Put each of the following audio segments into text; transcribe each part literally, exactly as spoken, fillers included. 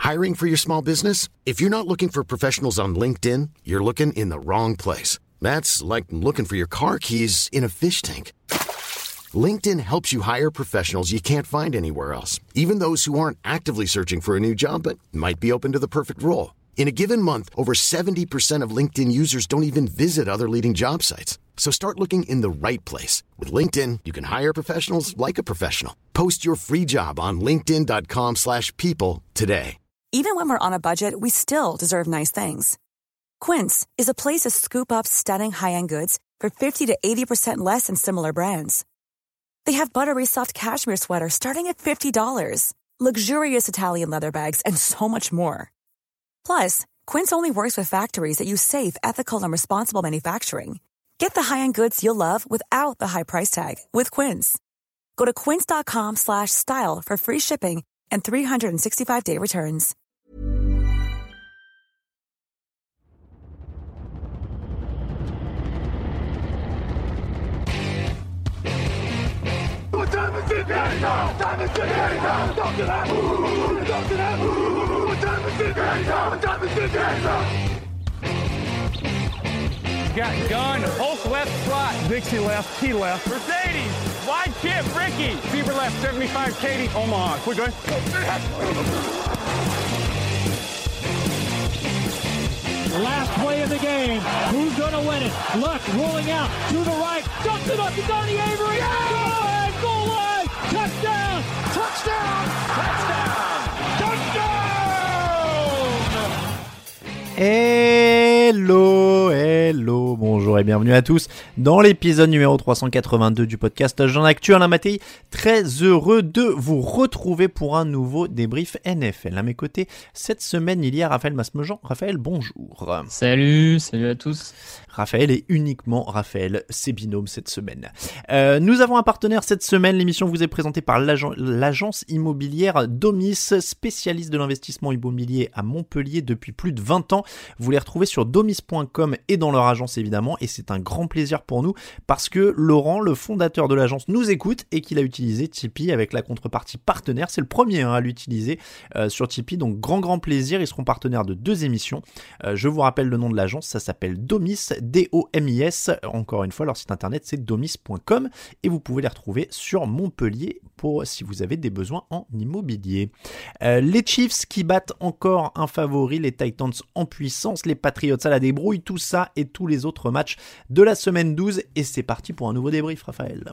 Hiring for your small business? If you're not looking for professionals on LinkedIn, you're looking in the wrong place. That's like looking for your car keys in a fish tank. LinkedIn helps you hire professionals you can't find anywhere else, even those who aren't actively searching for a new job but might be open to the perfect role. In a given month, over seventy percent of LinkedIn users don't even visit other leading job sites. So start looking in the right place. With LinkedIn, you can hire professionals like a professional. Post your free job on linkedin.com slash people today. Even when we're on a budget, we still deserve nice things. Quince is a place to scoop up stunning high-end goods for fifty to eighty percent less than similar brands. They have buttery soft cashmere sweaters starting at fifty dollars, luxurious Italian leather bags, and so much more. Plus, Quince only works with factories that use safe, ethical, and responsible manufacturing. Get the high-end goods you'll love without the high price tag with Quince. Go to quince.com slash style for free shipping and three sixty-five day returns. What time is it now? What time is it now? Talk to that. Talk to that. What time is it now? What time is it now? Got gun, Hulk left slot, Dixie left, T left, Mercedes, wide chip, Ricky, Fever left, seventy-five, Katie, Omaha. We're good. Last play of the game. Who's gonna win it? Luck rolling out to the right, dumps it up to Donnie Avery. Yeah! Goal line, goal line, touchdown, touchdown, touchdown, touchdown. Hello, hello, bonjour et bienvenue à tous dans l'épisode numéro trois cent quatre-vingt-deux du podcast Jean Actu. Alain Mattei, très heureux de vous retrouver pour un nouveau débrief N F L. À mes côtés, cette semaine, il y a Raphaël Masmejean. Raphaël, bonjour. Salut, salut à tous. Raphaël est uniquement Raphaël, c'est binôme cette semaine. Euh, nous avons un partenaire cette semaine, l'émission vous est présentée par l'agent, l'agence immobilière Domis, spécialiste de l'investissement immobilier à Montpellier depuis plus de vingt ans. Vous les retrouvez sur domis point com et dans leur agence évidemment, et c'est un grand plaisir pour nous parce que Laurent, le fondateur de l'agence, nous écoute et qu'il a utilisé Tipeee avec la contrepartie partenaire. C'est le premier hein, à l'utiliser euh, sur Tipeee, donc grand grand plaisir. Ils seront partenaires de deux émissions. Euh, je vous rappelle le nom de l'agence, ça s'appelle Domis, D O M I S. Encore une fois, leur site internet c'est domis point com et vous pouvez les retrouver sur Montpellier pour si vous avez des besoins en immobilier. Euh, les Chiefs qui battent encore un favori, les Titans en puissance, les Patriots à la débrouille, tout ça et tous les autres matchs de la semaine douze, et c'est parti pour un nouveau débrief, Raphaël.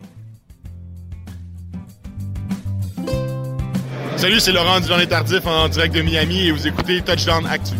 Salut, c'est Laurent du Journée Tardif en direct de Miami et vous écoutez Touchdown Actu.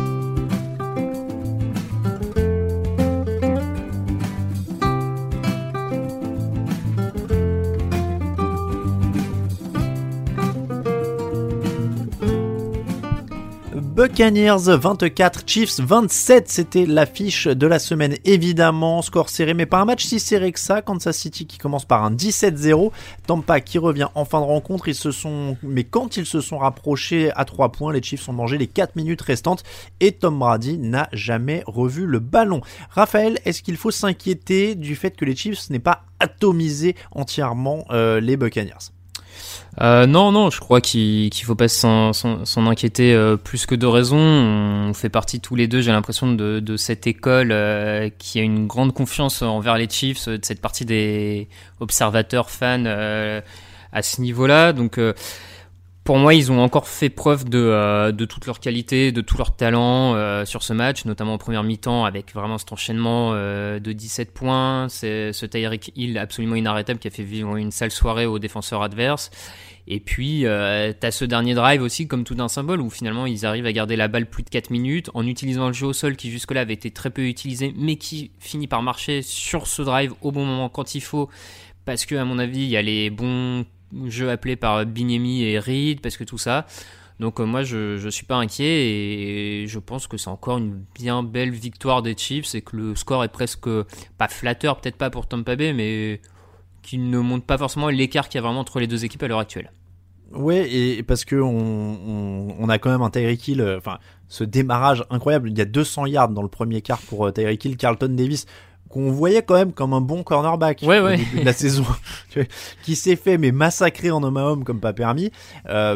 Buccaneers vingt-quatre, Chiefs vingt-sept, c'était l'affiche de la semaine évidemment, score serré mais pas un match si serré que ça. Kansas City qui commence par un dix-sept zéro, Tampa qui revient en fin de rencontre, ils se sont, mais quand ils se sont rapprochés à trois points, les Chiefs ont mangé les quatre minutes restantes et Tom Brady n'a jamais revu le ballon. Raphaël, est-ce qu'il faut s'inquiéter du fait que les Chiefs n'aient pas atomisé entièrement euh, les Buccaneers ? Euh, non, non, je crois qu'il qu'il faut pas s'en, s'en, s'en inquiéter euh, plus que de raison. On fait partie tous les deux, j'ai l'impression, de, de cette école euh, qui a une grande confiance envers les Chiefs, de cette partie des observateurs, fans euh, à ce niveau-là. Donc, euh, pour moi, ils ont encore fait preuve de, euh, de toute leur qualité, de tout leur talent euh, sur ce match, notamment en première mi-temps, avec vraiment cet enchaînement euh, de dix-sept points, c'est ce Tyreek Hill absolument inarrêtable qui a fait vivre une sale soirée aux défenseurs adverses. Et puis, euh, t'as ce dernier drive aussi comme tout d'un symbole où finalement ils arrivent à garder la balle plus de quatre minutes en utilisant le jeu au sol qui jusque-là avait été très peu utilisé, mais qui finit par marcher sur ce drive au bon moment quand il faut, parce que à mon avis il y a les bons jeux appelés par Bignemi et Reed, parce que tout ça. Donc euh, moi je je suis pas inquiet et je pense que c'est encore une bien belle victoire des Chiefs et que le score est presque pas flatteur, peut-être pas pour Tampa Bay, mais qui ne montre pas forcément l'écart qu'il y a vraiment entre les deux équipes à l'heure actuelle. Ouais, et parce que on, on, on a quand même un Tyreek Hill, euh, enfin ce démarrage incroyable. Il y a deux cents yards dans le premier quart pour euh, Tyreek Hill, Carlton Davis, qu'on voyait quand même comme un bon cornerback ouais, au ouais. début de la saison, qui s'est fait mais massacrer en homme à homme comme pas permis. Euh,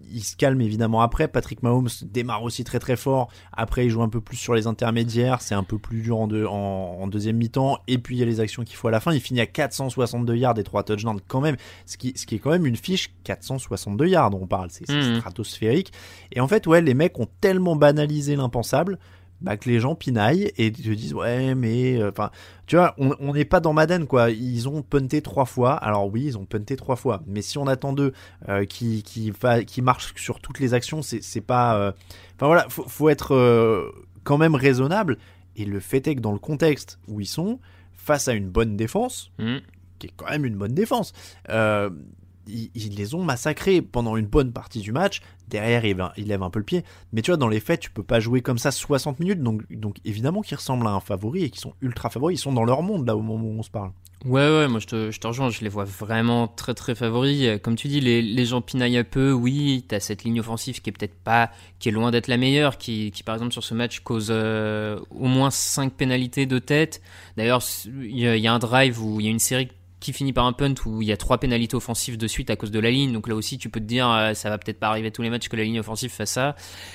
il se calme évidemment après. Patrick Mahomes démarre aussi très très fort. Après, il joue un peu plus sur les intermédiaires. C'est un peu plus dur en, deux, en, en deuxième mi-temps. Et puis, il y a les actions qu'il faut à la fin. Il finit à quatre cent soixante-deux yards et trois touchdowns quand même. Ce qui, ce qui est quand même une fiche quatre cent soixante-deux yards dont on parle. C'est, c'est mmh. stratosphérique. Et en fait, ouais, les mecs ont tellement banalisé l'impensable bah, que les gens pinaillent et te disent ouais mais enfin euh, tu vois on n'est pas dans Madden quoi, ils ont punté trois fois. Alors oui ils ont punté trois fois, mais si on attend d'eux euh, qui qui fa- qui marchent sur toutes les actions, c'est c'est pas euh... enfin voilà, faut faut être euh, quand même raisonnable. Et le fait est que dans le contexte où ils sont face à une bonne défense mmh. qui est quand même une bonne défense, euh, ils, ils les ont massacrés pendant une bonne partie du match. Derrière, il, il lève un peu le pied. Mais tu vois, dans les faits, tu peux pas jouer comme ça soixante minutes. Donc, donc évidemment qu'ils ressemblent à un favori et qu'ils sont ultra favoris. Ils sont dans leur monde, là, au moment où on se parle. Ouais, ouais, moi je te, je te rejoins. Je les vois vraiment très, très favoris. Comme tu dis, les, les gens pinaillent un peu. Oui, t'as cette ligne offensive qui est peut-être pas, qui est loin d'être la meilleure, qui, qui par exemple, sur ce match, cause euh, au moins cinq pénalités de tête. D'ailleurs, il y, y a un drive où il y a une série qui finit par un punt où il y a trois pénalités offensives de suite à cause de la ligne. Donc là aussi, tu peux te dire, euh, ça va peut-être pas arriver tous les matchs que la ligne offensive fasse ça.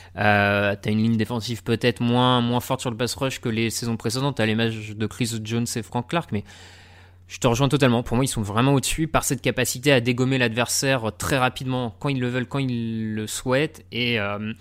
Euh, t'as une ligne défensive peut-être moins, moins forte sur le pass rush que les saisons précédentes. T'as les matchs de Chris Jones et Frank Clark, mais je te rejoins totalement. Pour moi, ils sont vraiment au-dessus par cette capacité à dégommer l'adversaire très rapidement quand ils le veulent, quand ils le souhaitent. Et, euh,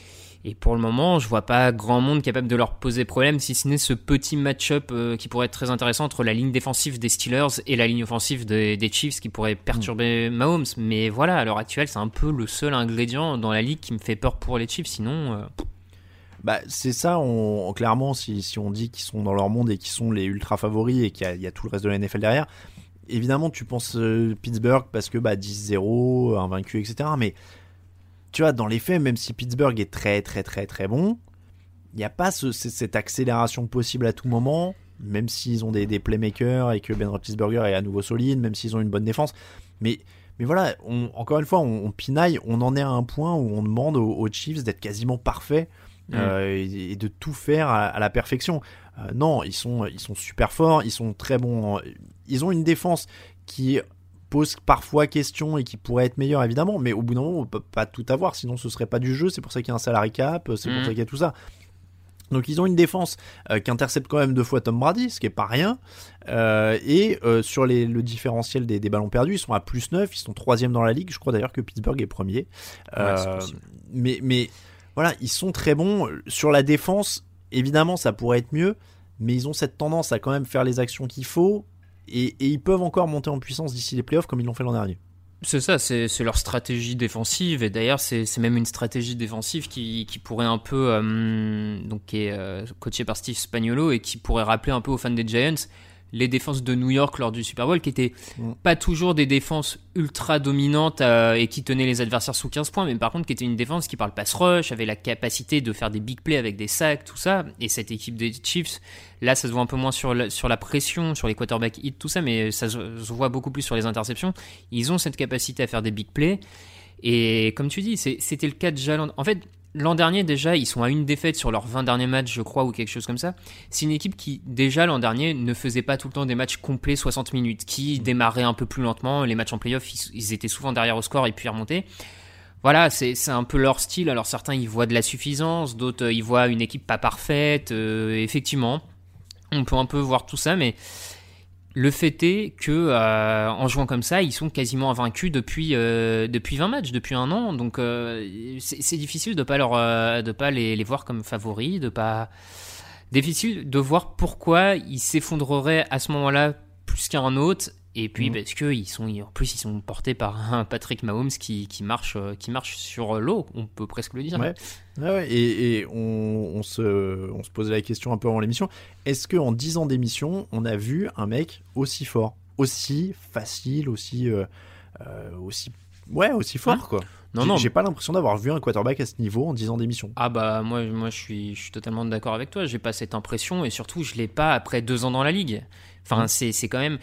Et pour le moment, je vois pas grand monde capable de leur poser problème, si ce n'est ce petit match-up euh, qui pourrait être très intéressant entre la ligne défensive des Steelers et la ligne offensive des, des Chiefs, qui pourrait perturber mmh. Mahomes. Mais voilà, à l'heure actuelle, c'est un peu le seul ingrédient dans la ligue qui me fait peur pour les Chiefs. Sinon, euh... bah c'est ça. On, on, clairement, si, si on dit qu'ils sont dans leur monde et qu'ils sont les ultra favoris et qu'il y a, il y a tout le reste de la N F L derrière, évidemment, tu penses euh, Pittsburgh parce que bah dix zéro, invaincu, et cetera. Mais tu vois, dans les faits, même si Pittsburgh est très très très très bon, il n'y a pas ce, cette accélération possible à tout moment, même s'ils ont des, des playmakers et que Ben Roethlisberger est à nouveau solide, même s'ils ont une bonne défense. Mais, mais voilà, on, encore une fois, on, on pinaille, on en est à un point où on demande aux, aux Chiefs d'être quasiment parfaits mmh. euh, et, et de tout faire à, à la perfection. Euh, non, ils sont, ils sont super forts, ils sont très bons. Ils ont une défense qui pose parfois question et qui pourrait être meilleur évidemment, mais au bout d'un moment on peut pas tout avoir, sinon ce serait pas du jeu. C'est pour ça qu'il y a un salary cap, c'est mmh. pour ça qu'il y a tout ça. Donc ils ont une défense euh, qui intercepte quand même deux fois Tom Brady, ce qui est pas rien, euh, et euh, sur les, le différentiel des, des ballons perdus, ils sont à plus neuf, ils sont troisième dans la ligue. Je crois d'ailleurs que Pittsburgh est premier. Euh, ouais, mais, mais voilà, ils sont très bons. Sur la défense, évidemment ça pourrait être mieux, mais ils ont cette tendance à quand même faire les actions qu'il faut. Et, et ils peuvent encore monter en puissance d'ici les playoffs comme ils l'ont fait l'an dernier. C'est ça, c'est, c'est leur stratégie défensive. Et d'ailleurs, c'est, c'est même une stratégie défensive qui, qui pourrait un peu, euh, donc qui est euh, coachée par Steve Spagnuolo et qui pourrait rappeler un peu aux fans des Giants les défenses de New York lors du Super Bowl, qui étaient mmh. pas toujours des défenses ultra dominantes euh, et qui tenaient les adversaires sous quinze points, mais par contre qui était une défense qui, par le pass rush, avait la capacité de faire des big plays avec des sacs, tout ça. Et cette équipe des Chiefs, là ça se voit un peu moins sur la, sur la pression, sur les quarterback hits, tout ça, mais ça se, se voit beaucoup plus sur les interceptions. Ils ont cette capacité à faire des big plays. Et comme tu dis, c'est, c'était le cas de Jalen. En fait, l'an dernier, déjà, ils sont à une défaite sur leurs vingt derniers matchs, je crois, ou quelque chose comme ça. C'est une équipe qui, déjà, l'an dernier, ne faisait pas tout le temps des matchs complets soixante minutes, qui démarrait un peu plus lentement. Les matchs en play-off, ils, ils étaient souvent derrière au score et puis remontaient. Voilà, c'est, c'est un peu leur style. Alors, certains, ils voient de la suffisance, d'autres, ils voient une équipe pas parfaite. Euh, effectivement, on peut un peu voir tout ça, mais le fait est que euh, en jouant comme ça, ils sont quasiment invaincus depuis euh, depuis vingt matchs, depuis un an. Donc euh, c'est, c'est difficile de pas leur euh, de pas les, les voir comme favoris, de pas difficile de voir pourquoi ils s'effondreraient à ce moment-là plus qu'un autre. Et puis mmh. parce que ils sont en plus ils sont portés par un Patrick Mahomes qui qui marche qui marche sur l'eau, on peut presque le dire. Ouais. Ah ouais, et, et on, on se on se posait la question un peu avant l'émission. Est-ce que en dix ans d'émission, on a vu un mec aussi fort, aussi facile, aussi euh, euh, aussi ouais, aussi fort hein quoi. Non, j'ai, non. j'ai pas l'impression d'avoir vu un quarterback à ce niveau en dix ans d'émission. Ah bah moi, moi je suis, je suis totalement d'accord avec toi. J'ai pas cette impression et surtout je l'ai pas après deux ans dans la ligue. Enfin mmh. c'est c'est quand même.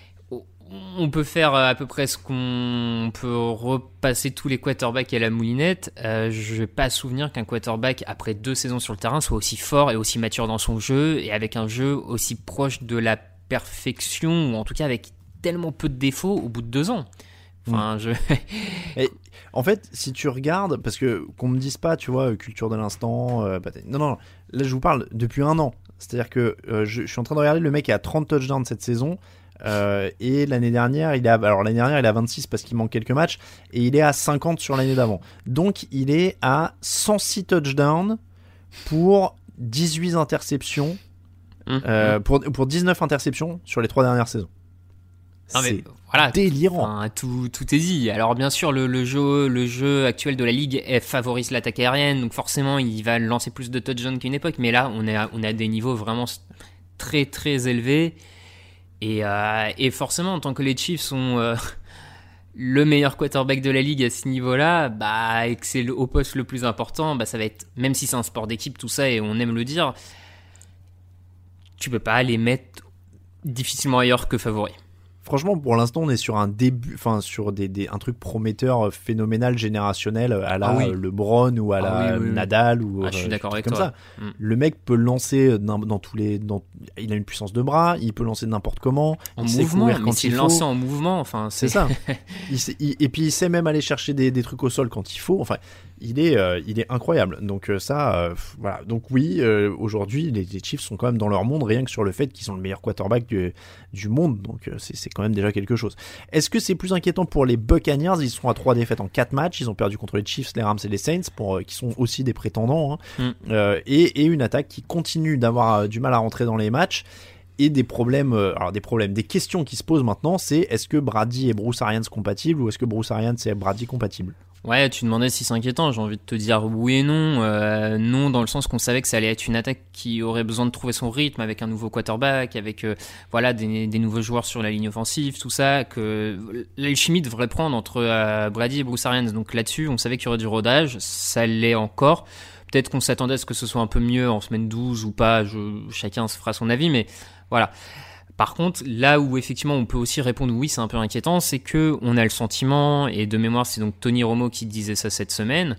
On peut faire à peu près ce qu'on peut repasser tous les quarterbacks à la moulinette. Euh, je n'ai pas souvenir qu'un quarterback, après deux saisons sur le terrain, soit aussi fort et aussi mature dans son jeu et avec un jeu aussi proche de la perfection, ou en tout cas avec tellement peu de défauts au bout de deux ans. Enfin, mmh. je. Et, en fait, si tu regardes, parce que qu'on me dise pas, tu vois, culture de l'instant, euh, bah, non, non, non, là je vous parle depuis un an. C'est-à-dire que euh, je, je suis en train de regarder, le mec est à trente touchdowns cette saison. Euh, et l'année dernière, il est à, alors l'année dernière, il est à vingt-six parce qu'il manque quelques matchs, et il est à cinquante sur l'année d'avant. Donc, il est à cent six touchdowns pour dix-huit interceptions, mmh. euh, pour, pour dix-neuf interceptions sur les trois dernières saisons. Non, mais c'est voilà, délirant. Enfin, tout, tout est dit. Alors bien sûr, le, le, jeu, le jeu actuel de la ligue elle favorise l'attaque aérienne, donc forcément, il va lancer plus de touchdowns qu'à une époque. Mais là, on est à, on est à des niveaux vraiment très très élevés. Et, euh, et forcément, en tant que les Chiefs sont euh, le meilleur quarterback de la ligue à ce niveau-là, bah, et que c'est le, au poste le plus important, bah, ça va être, même si c'est un sport d'équipe, tout ça, et on aime le dire, tu peux pas les mettre difficilement ailleurs que favoris. Franchement, pour l'instant, on est sur un début, enfin sur des, des un truc prometteur, phénoménal, générationnel, à la ah oui. LeBron ou à la ah oui, oui, Nadal ou ah, je suis d'accord avec comme toi. ça. Mm. Le mec peut lancer dans, dans tous les, dans, il a une puissance de bras, il peut lancer n'importe comment, en il mouvement, sait courir quand mais s'il il lance faut. en mouvement, enfin c'est, c'est ça. il sait, il, et puis il sait même aller chercher des, des trucs au sol quand il faut. Enfin, il est, euh, il est incroyable. Donc euh, ça, euh, voilà. Donc oui, euh, aujourd'hui, les, les Chiefs sont quand même dans leur monde, rien que sur le fait qu'ils sont le meilleur quarterback du, du monde. Donc euh, c'est, c'est quand même déjà quelque chose. Est-ce que c'est plus inquiétant pour les Buccaneers? Ils sont à trois défaites en quatre matchs. Ils ont perdu contre les Chiefs, les Rams et les Saints, pour, euh, qui sont aussi des prétendants. Hein. Mm. Euh, et, et une attaque qui continue d'avoir euh, du mal à rentrer dans les matchs. Et des problèmes, euh, alors des problèmes, des questions qui se posent maintenant, c'est est-ce que Brady et Bruce Arians compatibles ou est-ce que Bruce Arians et Brady compatibles? Ouais, tu demandais si c'est inquiétant, j'ai envie de te dire oui et non. Euh, non, dans le sens qu'on savait que ça allait être une attaque qui aurait besoin de trouver son rythme avec un nouveau quarterback, avec euh, voilà des, des nouveaux joueurs sur la ligne offensive, tout ça, que l'alchimie devrait prendre entre euh, Brady et Bruce Arians. Donc là-dessus, on savait qu'il y aurait du rodage, ça l'est encore. Peut-être qu'on s'attendait à ce que ce soit un peu mieux en semaine douze ou pas, je, chacun se fera son avis, mais voilà. Par contre, là où effectivement on peut aussi répondre oui, c'est un peu inquiétant, c'est que on a le sentiment, et de mémoire c'est donc Tony Romo qui disait ça cette semaine,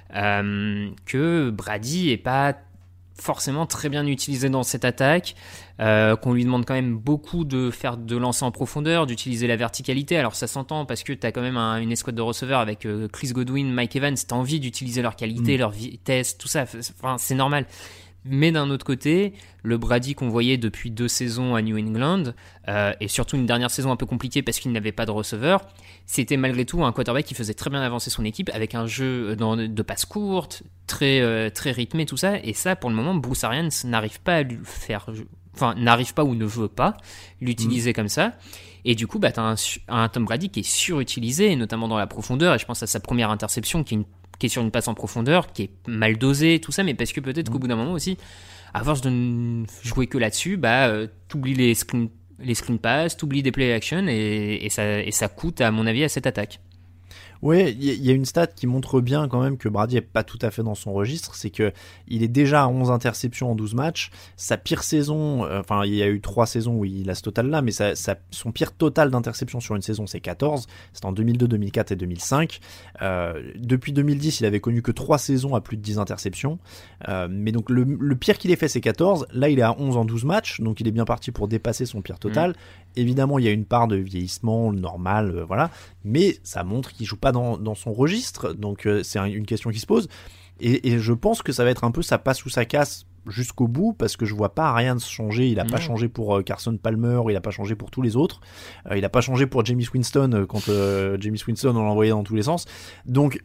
euh, que Brady est pas forcément très bien utilisé dans cette attaque, euh, qu'on lui demande quand même beaucoup de faire de lancer en profondeur, d'utiliser la verticalité. Alors ça s'entend parce que tu as quand même un, une escouade de receveurs avec euh, Chris Godwin, Mike Evans, tu as envie d'utiliser leur qualité, mmh. leur vitesse, tout ça, enfin, c'est normal. Mais d'un autre côté, le Brady qu'on voyait depuis deux saisons à New England, euh, et surtout une dernière saison un peu compliquée parce qu'il n'avait pas de receveur, c'était malgré tout un quarterback qui faisait très bien avancer son équipe avec un jeu dans, de passes courtes, très, euh, très rythmé, tout ça. Et ça, pour le moment, Bruce Arians n'arrive pas à lui faire, enfin, n'arrive pas ou ne veut pas l'utiliser mmh. comme ça. Et du coup, bah, tu as un, un Tom Brady qui est surutilisé, notamment dans la profondeur. Et je pense à sa première interception qui est une qui est sur une passe en profondeur, qui est mal dosée, tout ça, mais parce que peut-être mmh. qu'au bout d'un moment aussi, à force de ne jouer que là-dessus, bah, euh, t'oublies les screen, les screen pass, t'oublies des play action, et, et, ça, et ça coûte, à mon avis, à cette attaque. Ouais, il y, y a une stat qui montre bien quand même que Brady est pas tout à fait dans son registre, c'est que il est déjà à onze interceptions en douze matchs. Sa pire saison, euh, enfin il y a eu trois saisons où il a ce total là, mais sa, sa, son pire total d'interceptions sur une saison c'est quatorze. C'était en deux mille deux, deux mille quatre et deux mille cinq. Euh, depuis deux mille dix, il avait connu que trois saisons à plus de dix interceptions. Euh, mais donc le, le pire qu'il ait fait c'est quatorze. Là il est à onze en douze matchs, donc il est bien parti pour dépasser son pire total. Mmh. Évidemment, il y a une part de vieillissement normal, euh, voilà, mais ça montre qu'il joue pas dans, dans son registre, donc euh, c'est un, une question qui se pose, et, et je pense que ça va être un peu ça passe ou ça casse jusqu'au bout, parce que je vois pas rien se changer. Il a mmh. pas changé pour euh, Carson Palmer, il a pas changé pour tous les autres, euh, il a pas changé pour Jameis Winston euh, quand euh, Jameis Winston on l'envoyait dans tous les sens, donc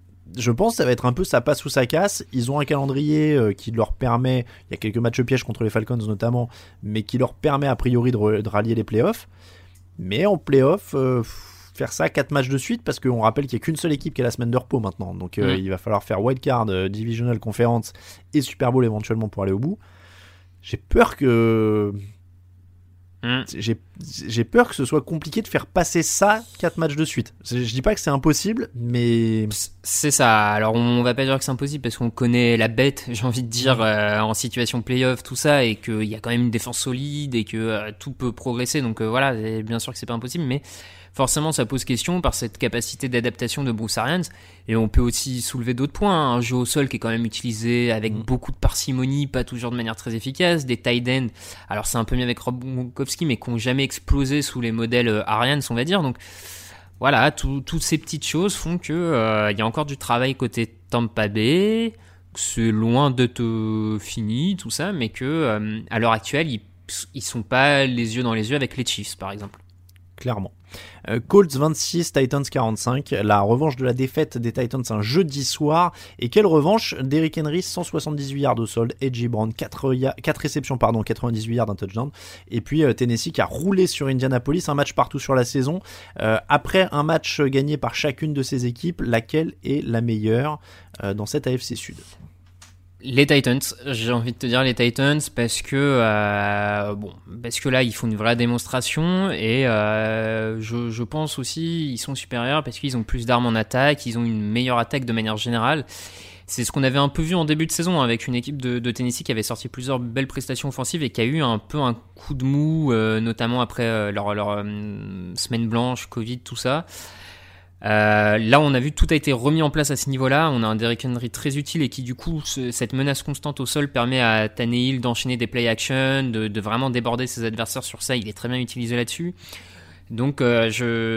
je pense que ça va être un peu ça passe ou ça casse. Ils ont un calendrier euh, qui leur permet, il y a quelques matchs pièges contre les Falcons notamment, mais qui leur permet a priori de, re, de rallier les playoffs. Mais en playoffs, euh, faire ça quatre matchs de suite, parce qu'on rappelle qu'il n'y a qu'une seule équipe qui a la semaine de repos maintenant. Donc euh, mmh. il va falloir faire wildcard, euh, divisional conference et Super Bowl éventuellement pour aller au bout. J'ai peur que... Mmh. J'ai, j'ai peur que ce soit compliqué de faire passer ça quatre matchs de suite. Je dis pas que c'est impossible, mais... C'est ça. Alors on va pas dire que c'est impossible parce qu'on connaît la bête, j'ai envie de dire, euh, en situation play-off, tout ça, et qu'il y a quand même une défense solide et que euh, tout peut progresser. Donc euh, voilà, et bien sûr que c'est pas impossible, mais forcément ça pose question par cette capacité d'adaptation de Bruce Arians. Et on peut aussi soulever d'autres points, un jeu au sol qui est quand même utilisé avec mmh. beaucoup de parcimonie, pas toujours de manière très efficace, des tight ends, alors c'est un peu mieux avec Rob Gronkowski, mais qui n'ont jamais explosé sous les modèles Arians, on va dire. Donc voilà, tout, toutes ces petites choses font que euh, y a encore du travail côté Tampa Bay, que c'est loin d'être euh, fini, tout ça, mais que euh, à l'heure actuelle, ils, ils sont pas les yeux dans les yeux avec les Chiefs, par exemple. Clairement. Euh, Colts vingt-six, Titans quarante-cinq. La revanche de la défaite des Titans un jeudi soir. Et quelle revanche? Derrick Henry, cent soixante-dix-huit yards au sol. A J Brown, quatre, quatre réceptions, pardon, quatre-vingt-dix-huit yards, un touchdown. Et puis euh, Tennessee qui a roulé sur Indianapolis, un match partout sur la saison. Euh, après un match gagné par chacune de ces équipes, laquelle est la meilleure euh, dans cette A F C Sud? Les Titans, j'ai envie de te dire les Titans parce que euh, bon, parce que là ils font une vraie démonstration et euh, je, je pense aussi ils sont supérieurs parce qu'ils ont plus d'armes en attaque, ils ont une meilleure attaque de manière générale. C'est ce qu'on avait un peu vu en début de saison avec une équipe de, de Tennessee qui avait sorti plusieurs belles prestations offensives et qui a eu un peu un coup de mou, euh, notamment après euh, leur, leur euh, semaine blanche, Covid, tout ça. Euh, là on a vu tout a été remis en place à ce niveau-là. On a un Derrick Henry très utile et qui du coup ce, cette menace constante au sol permet à Tannehill d'enchaîner des play action, de, de vraiment déborder ses adversaires sur ça. Il est très bien utilisé là-dessus. Donc euh,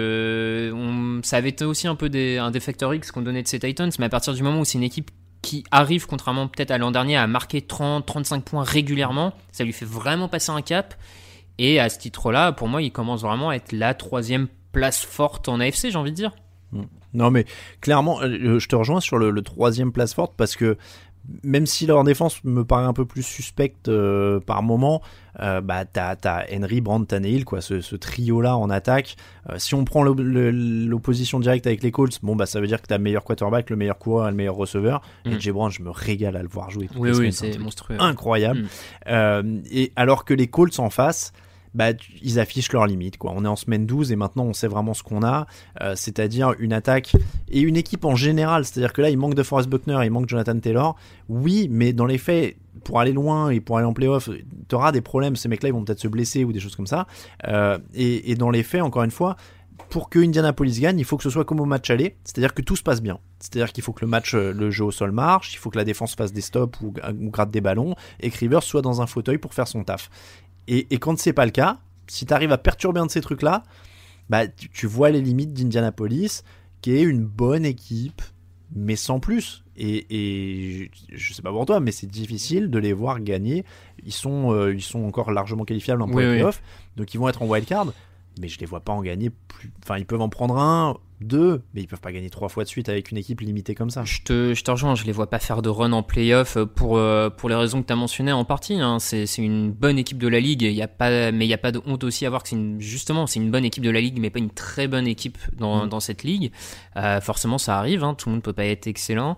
je, on, ça avait été aussi un peu des, un des facteurs X qu'on donnait de ces Titans, mais à partir du moment où c'est une équipe qui arrive, contrairement peut-être à l'an dernier, à marquer trente à trente-cinq points régulièrement, ça lui fait vraiment passer un cap. Et à ce titre-là, pour moi, il commence vraiment à être la troisième place forte en A F C, j'ai envie de dire. Non mais clairement euh, je te rejoins sur le, le troisième place forte parce que même si leur défense me paraît un peu plus suspecte euh, par moment, euh, bah t'as, t'as Henry, Brand, Tannehill quoi, ce, ce trio là en attaque. Euh, si on prend le, le, l'opposition directe avec les Colts, bon bah ça veut dire que t'as le meilleur quarterback, le meilleur coureur et le meilleur receveur. Mm. Et J. Brown, je me régale à le voir jouer. Oui oui, c'est monstrueux, incroyable. Mm. Euh, et alors que les Colts en face, bah, ils affichent leurs limites, quoi. On est en semaine douze et maintenant on sait vraiment ce qu'on a, euh, c'est-à-dire une attaque et une équipe en général. C'est-à-dire que là, il manque de Forrest Buckner, il manque Jonathan Taylor. Oui, mais dans les faits, pour aller loin et pour aller en playoff, tu auras des problèmes. Ces mecs-là, ils vont peut-être se blesser ou des choses comme ça. Euh, et, et dans les faits, encore une fois, pour que Indianapolis gagne, il faut que ce soit comme au match aller, c'est-à-dire que tout se passe bien. C'est-à-dire qu'il faut que le match, le jeu au sol marche, il faut que la défense fasse des stops ou, ou gratte des ballons et que Rivers soit dans un fauteuil pour faire son taf. Et, et quand c'est pas le cas, si tu arrives à perturber un de ces trucs-là, bah, tu, tu vois les limites d'Indianapolis, qui est une bonne équipe, mais sans plus. Et, et je, je sais pas pour toi, mais c'est difficile de les voir gagner. Ils sont, euh, ils sont encore largement qualifiables pour oui, les playoffs, oui. Donc ils vont être en wildcard, mais je les vois pas en gagner plus. Enfin, ils peuvent en prendre un, deux, mais ils peuvent pas gagner trois fois de suite avec une équipe limitée comme ça. Je te, je te rejoins, je les vois pas faire de run en playoff pour, pour les raisons que tu as mentionnées en partie. Hein. C'est, c'est une bonne équipe de la ligue, y a pas, mais il n'y a pas de honte aussi à voir que c'est une, justement, c'est une bonne équipe de la ligue, mais pas une très bonne équipe dans, mmh. dans cette ligue. Euh, forcément, ça arrive, hein, tout le monde peut pas être excellent.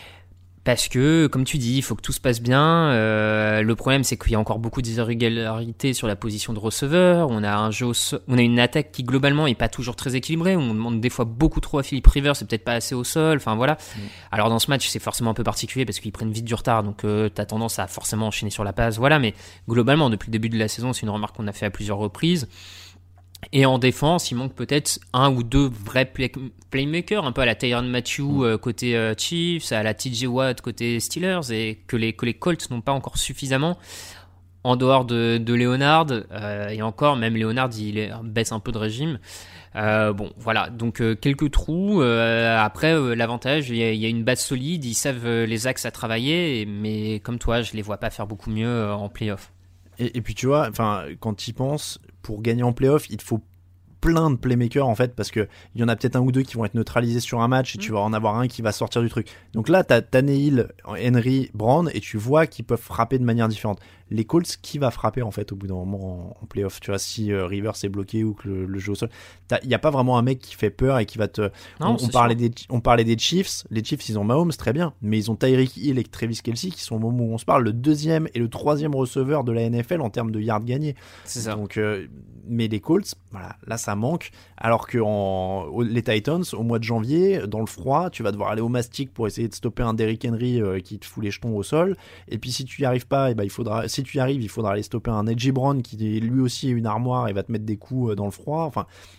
Parce que, comme tu dis, il faut que tout se passe bien. Euh, le problème, c'est qu'il y a encore beaucoup d'irrégularités sur la position de receveur. On a un jeu, on a une attaque qui globalement est pas toujours très équilibrée. On demande des fois beaucoup trop à Philip Rivers, c'est peut-être pas assez au sol. Enfin voilà. Mmh. Alors dans ce match, c'est forcément un peu particulier parce qu'ils prennent vite du retard, donc euh, t'as tendance à forcément enchaîner sur la passe. Voilà. Mais globalement, depuis le début de la saison, c'est une remarque qu'on a fait à plusieurs reprises. Et en défense, il manque peut-être un ou deux vrais play- playmakers, un peu à la Tyrann Mathieu mmh. euh, côté euh, Chiefs, à la T J Watt côté Steelers, et que les, que les Colts n'ont pas encore suffisamment, en dehors de, de Leonard, euh, et encore, même Leonard, il est, baisse un peu de régime. Euh, bon, voilà, donc euh, quelques trous. Euh, après, euh, l'avantage, il y, y a une base solide, ils savent euh, les axes à travailler, et, mais comme toi, je les vois pas faire beaucoup mieux euh, en play-off. Et, et puis tu vois, enfin, quand tu y penses, pour gagner en play-off, il te faut plein de playmakers en fait, parce que il y en a peut-être un ou deux qui vont être neutralisés sur un match et mmh. tu vas en avoir un qui va sortir du truc. Donc là, t'as Tannehill, Henry, Brand, et tu vois qu'ils peuvent frapper de manière différente. Les Colts, qui va frapper en fait au bout d'un moment en, en playoff, tu vois, si euh, Rivers est bloqué ou que le, le jeu au sol, il n'y a pas vraiment un mec qui fait peur et qui va te. Non, on, on parlait des, on parlait des Chiefs, les Chiefs ils ont Mahomes, très bien, mais ils ont Tyreek Hill et Travis Kelce qui sont au moment où on se parle le deuxième et le troisième receveur de la N F L en termes de yards gagnés. C'est ça. Donc, euh, mais les Colts, voilà, là ça manque. Alors que en, les Titans, au mois de janvier, dans le froid, tu vas devoir aller au mastic pour essayer de stopper un Derrick Henry euh, qui te fout les jetons au sol. Et puis si tu y arrives pas, et ben il faudra. Si tu y arrives, il faudra aller stopper un A J Brown qui lui aussi est une armoire et va te mettre des coups dans le froid. Enfin,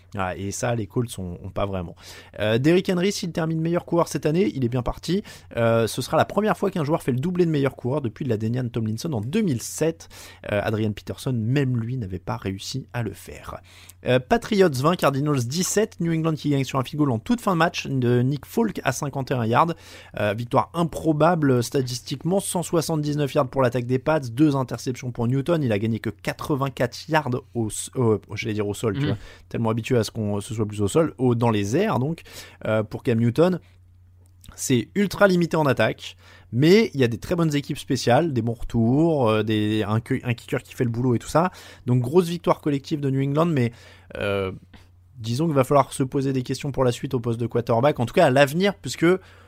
Ah, et ça, les Colts ont, ont pas vraiment. Euh, Derrick Henry, s'il termine meilleur coureur cette année, il est bien parti. Euh, ce sera la première fois qu'un joueur fait le doublé de meilleur coureur depuis la Denian Tomlinson en deux mille sept. Euh, Adrian Peterson, même lui, n'avait pas réussi à le faire. Euh, Patriots vingt, Cardinals dix-sept. New England qui gagne sur un field goal en toute fin de match de Nick Folk à cinquante et un yards. Euh, victoire improbable statistiquement, cent soixante-dix-neuf yards pour l'attaque des Pats, deux interceptions pour Newton. Il a gagné que quatre-vingt-quatre yards au, euh, j'allais dire au sol, mmh. tu vois, tellement habitué à ce qu'on ce soit plus au sol, au, dans les airs donc, euh, pour Cam Newton. C'est ultra limité en attaque, mais il y a des très bonnes équipes spéciales, des bons retours, euh, des, un, un kicker qui fait le boulot et tout ça. Donc grosse victoire collective de New England, mais euh, disons qu'il va falloir se poser des questions pour la suite au poste de quarterback, en tout cas à l'avenir, puisque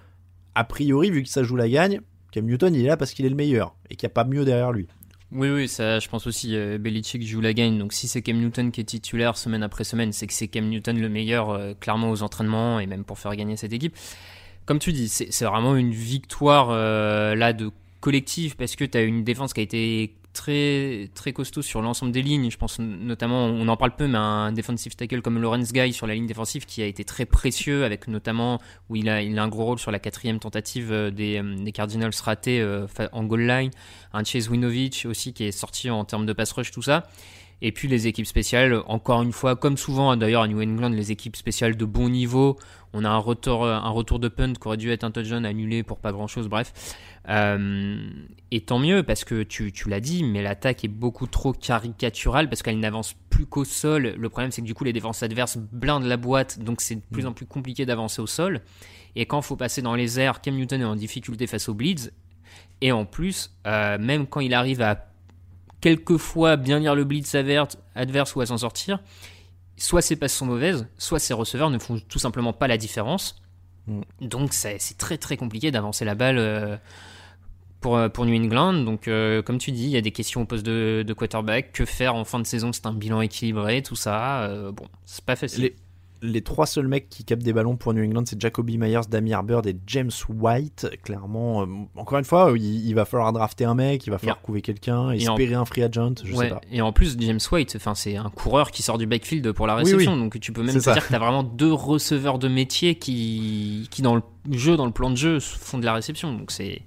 a priori, vu que ça joue la gagne, Cam Newton il est là parce qu'il est le meilleur et qu'il n'y a pas mieux derrière lui. Oui, oui, ça, je pense aussi. Euh, Belichick joue la gagne. Donc, si c'est Cam Newton qui est titulaire semaine après semaine, c'est que c'est Cam Newton le meilleur, euh, clairement, aux entraînements et même pour faire gagner cette équipe. Comme tu dis, c'est, c'est vraiment une victoire euh, là de collectif parce que tu as une défense qui a été très, très costaud sur l'ensemble des lignes. Je pense notamment, on en parle peu, mais un defensive tackle comme Lawrence Guy sur la ligne défensive qui a été très précieux, avec notamment où il a, il a un gros rôle sur la quatrième tentative des, des Cardinals ratée euh, en goal line. Un Chase Winovich aussi qui est sorti en termes de pass rush, tout ça. Et puis les équipes spéciales, encore une fois, comme souvent d'ailleurs à New England, les équipes spéciales de bon niveau. On a un retour, un retour de punt qui aurait dû être un touchdown annulé pour pas grand chose, bref. Euh, et tant mieux, parce que tu, tu l'as dit, mais l'attaque est beaucoup trop caricaturale parce qu'elle n'avance plus qu'au sol. Le problème, c'est que du coup, les défenses adverses blindent la boîte, donc c'est de plus en plus compliqué d'avancer au sol. Et quand il faut passer dans les airs, Cam Newton est en difficulté face aux blitz. Et en plus, euh, même quand il arrive à quelquefois bien lire le blitz adverse ou à s'en sortir, soit ses passes sont mauvaises, soit ses receveurs ne font tout simplement pas la différence. Mm. Donc c'est, c'est très très compliqué d'avancer la balle euh, pour, pour New England. Donc euh, comme tu dis, il y a des questions au poste de, de quarterback. Que faire en fin de saison? C'est un bilan équilibré, tout ça. Euh, bon, c'est pas facile. Les... Les trois seuls mecs qui captent des ballons pour New England, c'est Jacoby Myers, Damiere Byrd et James White. Clairement, euh, encore une fois, il, il va falloir drafter un mec, il va falloir yeah. couver quelqu'un, espérer en... un free agent, je ouais, sais pas. Et en plus, James White, c'est un coureur qui sort du backfield pour la réception, oui, oui. donc tu peux même c'est te ça. dire que tu as vraiment deux receveurs de métier qui, qui, dans le jeu, dans le plan de jeu, font de la réception. Donc c'est...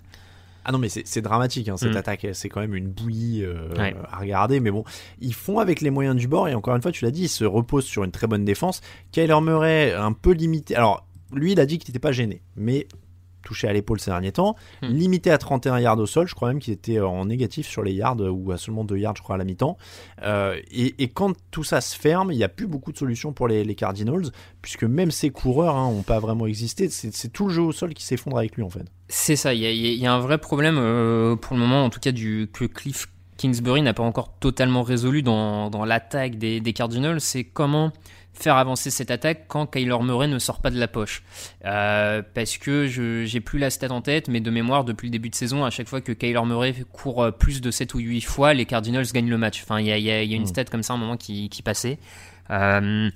Ah non mais c'est, c'est dramatique hein, cette mmh. attaque, c'est quand même une bouillie euh, ouais. à regarder, mais bon, ils font avec les moyens du bord et encore une fois tu l'as dit, ils se reposent sur une très bonne défense. Kyler Murray un peu limité, alors lui il a dit qu'il n'était pas gêné, mais touché à l'épaule ces derniers temps, mmh. limité à trente et un yards au sol, je crois même qu'il était en négatif sur les yards ou à seulement deux yards je crois à la mi-temps, euh, et, et quand tout ça se ferme, il n'y a plus beaucoup de solutions pour les, les Cardinals, puisque même ces coureurs n'ont hein, pas vraiment existé, c'est, c'est tout le jeu au sol qui s'effondre avec lui en fait. C'est ça, il y, y, y a un vrai problème euh, pour le moment, en tout cas du, que Cliff Kingsbury n'a pas encore totalement résolu dans, dans l'attaque des, des Cardinals, c'est comment faire avancer cette attaque quand Kyler Murray ne sort pas de la poche. Euh, parce que je j'ai plus la stat en tête, mais de mémoire, depuis le début de saison, à chaque fois que Kyler Murray court plus de sept ou huit fois, les Cardinals gagnent le match. Enfin, il y a, y a, y a une stat comme ça à un moment qui, qui passait. Euh,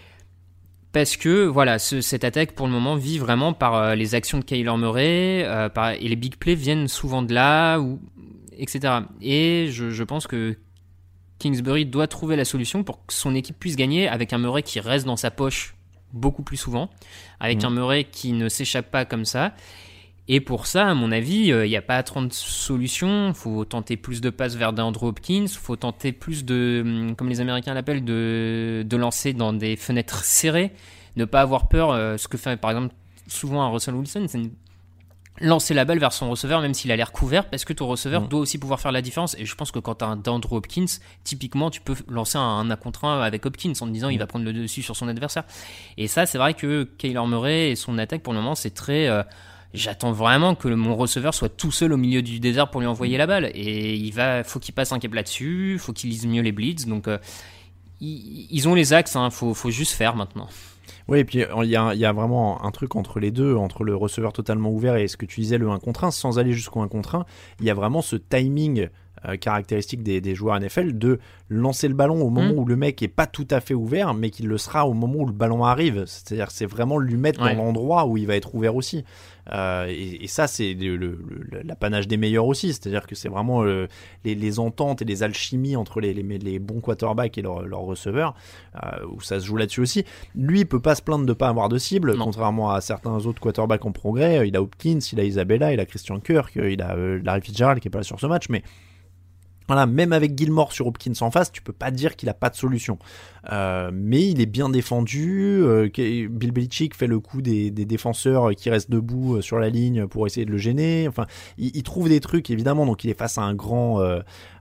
Parce que voilà, ce, cette attaque pour le moment vit vraiment par euh, les actions de Kyler Murray euh, par, et les big plays viennent souvent de là, ou, et cetera. Et je, je pense que Kingsbury doit trouver la solution pour que son équipe puisse gagner avec un Murray qui reste dans sa poche beaucoup plus souvent, avec mmh. un Murray qui ne s'échappe pas comme ça. Et pour ça, à mon avis, il euh, n'y a pas trente solutions. Il faut tenter plus de passes vers DeAndre Hopkins. Il faut tenter plus de, comme les Américains l'appellent, de, de lancer dans des fenêtres serrées. Ne pas avoir peur. Euh, ce que fait par exemple souvent un Russell Wilson, c'est lancer la balle vers son receveur, même s'il a l'air couvert, parce que ton receveur mmh. doit aussi pouvoir faire la différence. Et je pense que quand tu as un DeAndre Hopkins, typiquement, tu peux lancer un un contre un avec Hopkins en te disant mmh. il va prendre le dessus sur son adversaire. Et ça, c'est vrai que Kyler Murray et son attaque, pour le moment, c'est très... Euh, J'attends vraiment que le, mon receveur soit tout seul au milieu du désert pour lui envoyer la balle. Et il va, faut qu'il passe un cap là-dessus, faut qu'il lise mieux les blitz. Donc, euh, ils, ils ont les axes, hein, faut, faut juste faire maintenant. Oui, et puis il y a, il y a vraiment un truc entre les deux, entre le receveur totalement ouvert et ce que tu disais, le un contre un, sans aller jusqu'au un contre un, il y a vraiment ce timing euh, caractéristique des, des joueurs N F L de lancer le ballon au moment mmh. où le mec est pas tout à fait ouvert, mais qu'il le sera au moment où le ballon arrive. C'est-à-dire que c'est vraiment lui mettre ouais. dans l'endroit où il va être ouvert aussi. Euh, et, et ça, c'est le, le, le, l'apanage des meilleurs aussi. C'est-à-dire que c'est vraiment euh, les, les ententes et les alchimies entre les, les, les bons quarterbacks et leurs leur receveurs, euh, où ça se joue là-dessus aussi. Lui, il peut pas se plaindre de pas avoir de cible, non. contrairement à certains autres quarterbacks en progrès. Il a Hopkins, il a Isabella, il a Christian Kirk, il a euh, Larry Fitzgerald qui est pas là sur ce match, mais voilà, même avec Gilmore sur Hopkins en face, tu peux pas dire qu'il a pas de solution. Euh, mais il est bien défendu. Euh, Bill Belichick fait le coup des, des défenseurs qui restent debout sur la ligne pour essayer de le gêner. Enfin, il, il trouve des trucs évidemment. Donc il est face à un grand, euh,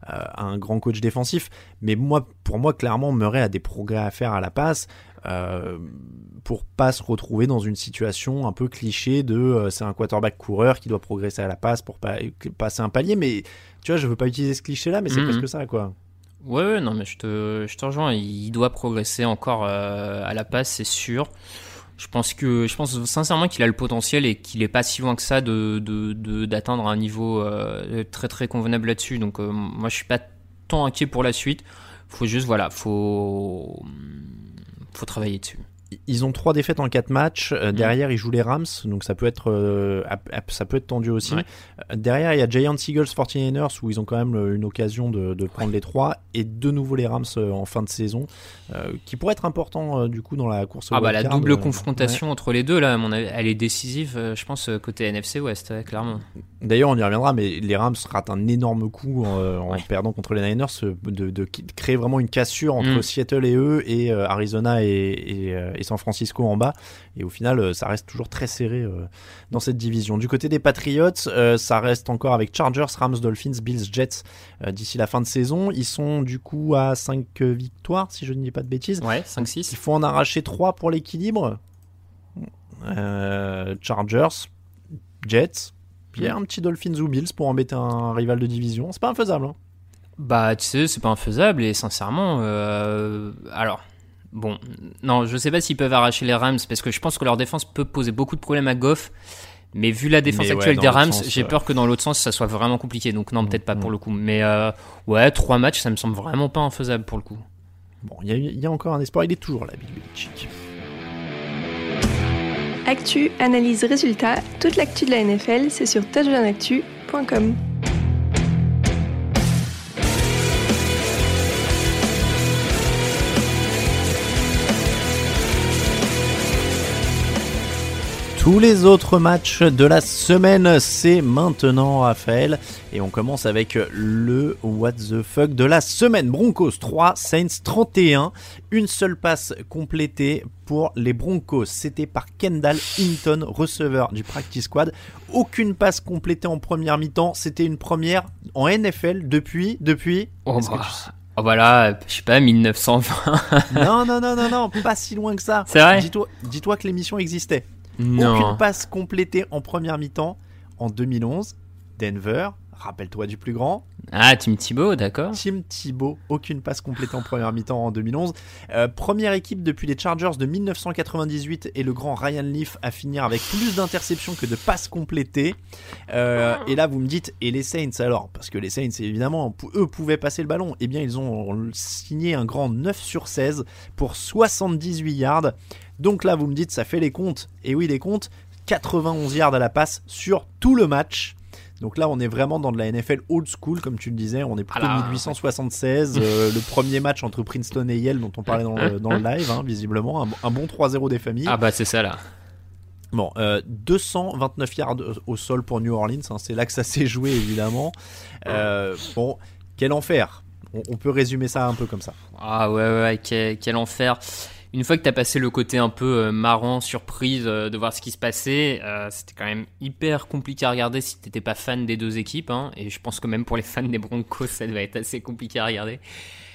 à un grand coach défensif. Mais moi, pour moi, clairement, Murray a des progrès à faire à la passe. Euh, pour pas se retrouver dans une situation un peu cliché de euh, c'est un quarterback coureur qui doit progresser à la passe pour pas, passer un palier, mais tu vois, je veux pas utiliser ce cliché là, mais c'est mm-hmm. presque ça quoi. Ouais, ouais, non mais je te, je te rejoins, il doit progresser encore euh, à la passe, c'est sûr. Je pense que, je pense sincèrement qu'il a le potentiel et qu'il est pas si loin que ça de, de, de d'atteindre un niveau euh, très très convenable là-dessus, donc euh, moi je suis pas tant inquiet pour la suite. Faut juste, voilà, faut faut travailler dessus. Ils ont trois défaites en quatre matchs. Euh, derrière, mmh. ils jouent les Rams, donc ça peut être, euh, ça peut être tendu aussi. Ouais. Euh, derrière, il y a Giants, Eagles, forty-niners où ils ont quand même une occasion de, de prendre ouais. les trois, et de nouveau les Rams euh, en fin de saison, euh, qui pourrait être important euh, du coup dans la course au ah bah la double euh, confrontation ouais. entre les deux là, mon avis, elle est décisive, euh, je pense côté N F C West, ouais, clairement. D'ailleurs, on y reviendra, mais les Rams ratent un énorme coup euh, en ouais. perdant contre les Niners, de, de, de créer vraiment une cassure entre mmh. Seattle et eux, et euh, Arizona et, et, euh, et San Francisco en bas, et au final ça reste toujours très serré euh, dans cette division. Du côté des Patriots, euh, ça reste encore avec Chargers, Rams, Dolphins, Bills, Jets euh, d'ici la fin de saison. Ils sont du coup à cinq victoires si je ne dis pas de bêtises. Ouais, cinq six. Il faut en arracher trois pour l'équilibre. euh, Chargers, Jets, puis un petit Dolphins ou Bills pour embêter un rival de division. C'est pas infaisable hein. Bah tu sais, c'est pas infaisable, et sincèrement euh, alors bon, non, je sais pas s'ils peuvent arracher les Rams, parce que je pense que leur défense peut poser beaucoup de problèmes à Goff, mais vu la défense mais actuelle ouais, des Rams, sens, j'ai ouais. peur que dans l'autre sens ça soit vraiment compliqué, donc non, peut-être pas mmh. pour le coup, mais euh, ouais, trois matchs, ça me semble vraiment pas infaisable pour le coup. Bon, il y, y a encore un espoir, il est toujours là, Bill Belichick. Actu, analyse, résultat, toute l'actu de la N F L, c'est sur touchdown actu point com. Tous les autres matchs de la semaine, c'est maintenant, Raphaël. Et on commence avec le what the fuck de la semaine. Broncos trois, Saints trente et un. Une seule passe complétée pour les Broncos. C'était par Kendall Hinton, receveur du practice squad. Aucune passe complétée en première mi-temps. C'était une première en N F L depuis... depuis oh bah. tu... oh bah là, je sais pas, dix-neuf cent vingt. non, non, non, non, non, pas si loin que ça. C'est vrai. Dis-toi, dis-toi que l'émission existait. Non. Aucune passe complétée en première mi-temps en deux mille onze. Denver, rappelle-toi du plus grand. Ah, Tim Tebow, d'accord. Tim Tebow, aucune passe complétée en première mi-temps en deux mille onze. Euh, première équipe depuis les Chargers de dix-neuf cent quatre-vingt-dix-huit et le grand Ryan Leaf à finir avec plus d'interceptions que de passes complétées. Euh, et là, vous me dites, et les Saints alors? Parce que les Saints, évidemment, eux pouvaient passer le ballon. Eh bien, ils ont signé un grand neuf sur seize pour soixante-dix-huit yards. Donc là, vous me dites, ça fait les comptes. Et oui, les comptes, quatre-vingt-onze yards à la passe sur tout le match. Donc là, on est vraiment dans de la N F L old school, comme tu le disais. On est plutôt ah dix-huit cent soixante-seize. euh, le premier match entre Princeton et Yale, dont on parlait dans le, dans le live, hein, visiblement. Un, un bon trois zéro des familles. Ah bah, c'est ça, là. Bon, euh, deux cent vingt-neuf yards au sol pour New Orleans. Hein, c'est là que ça s'est joué, évidemment. Euh, bon, quel enfer. On, on peut résumer ça un peu comme ça. Ah ouais, ouais, quel, quel enfer. Une fois que t'as passé le côté un peu euh, marrant, surprise euh, de voir ce qui se passait, euh, c'était quand même hyper compliqué à regarder si t'étais pas fan des deux équipes, hein, et je pense que même pour les fans des Broncos, ça devait être assez compliqué à regarder.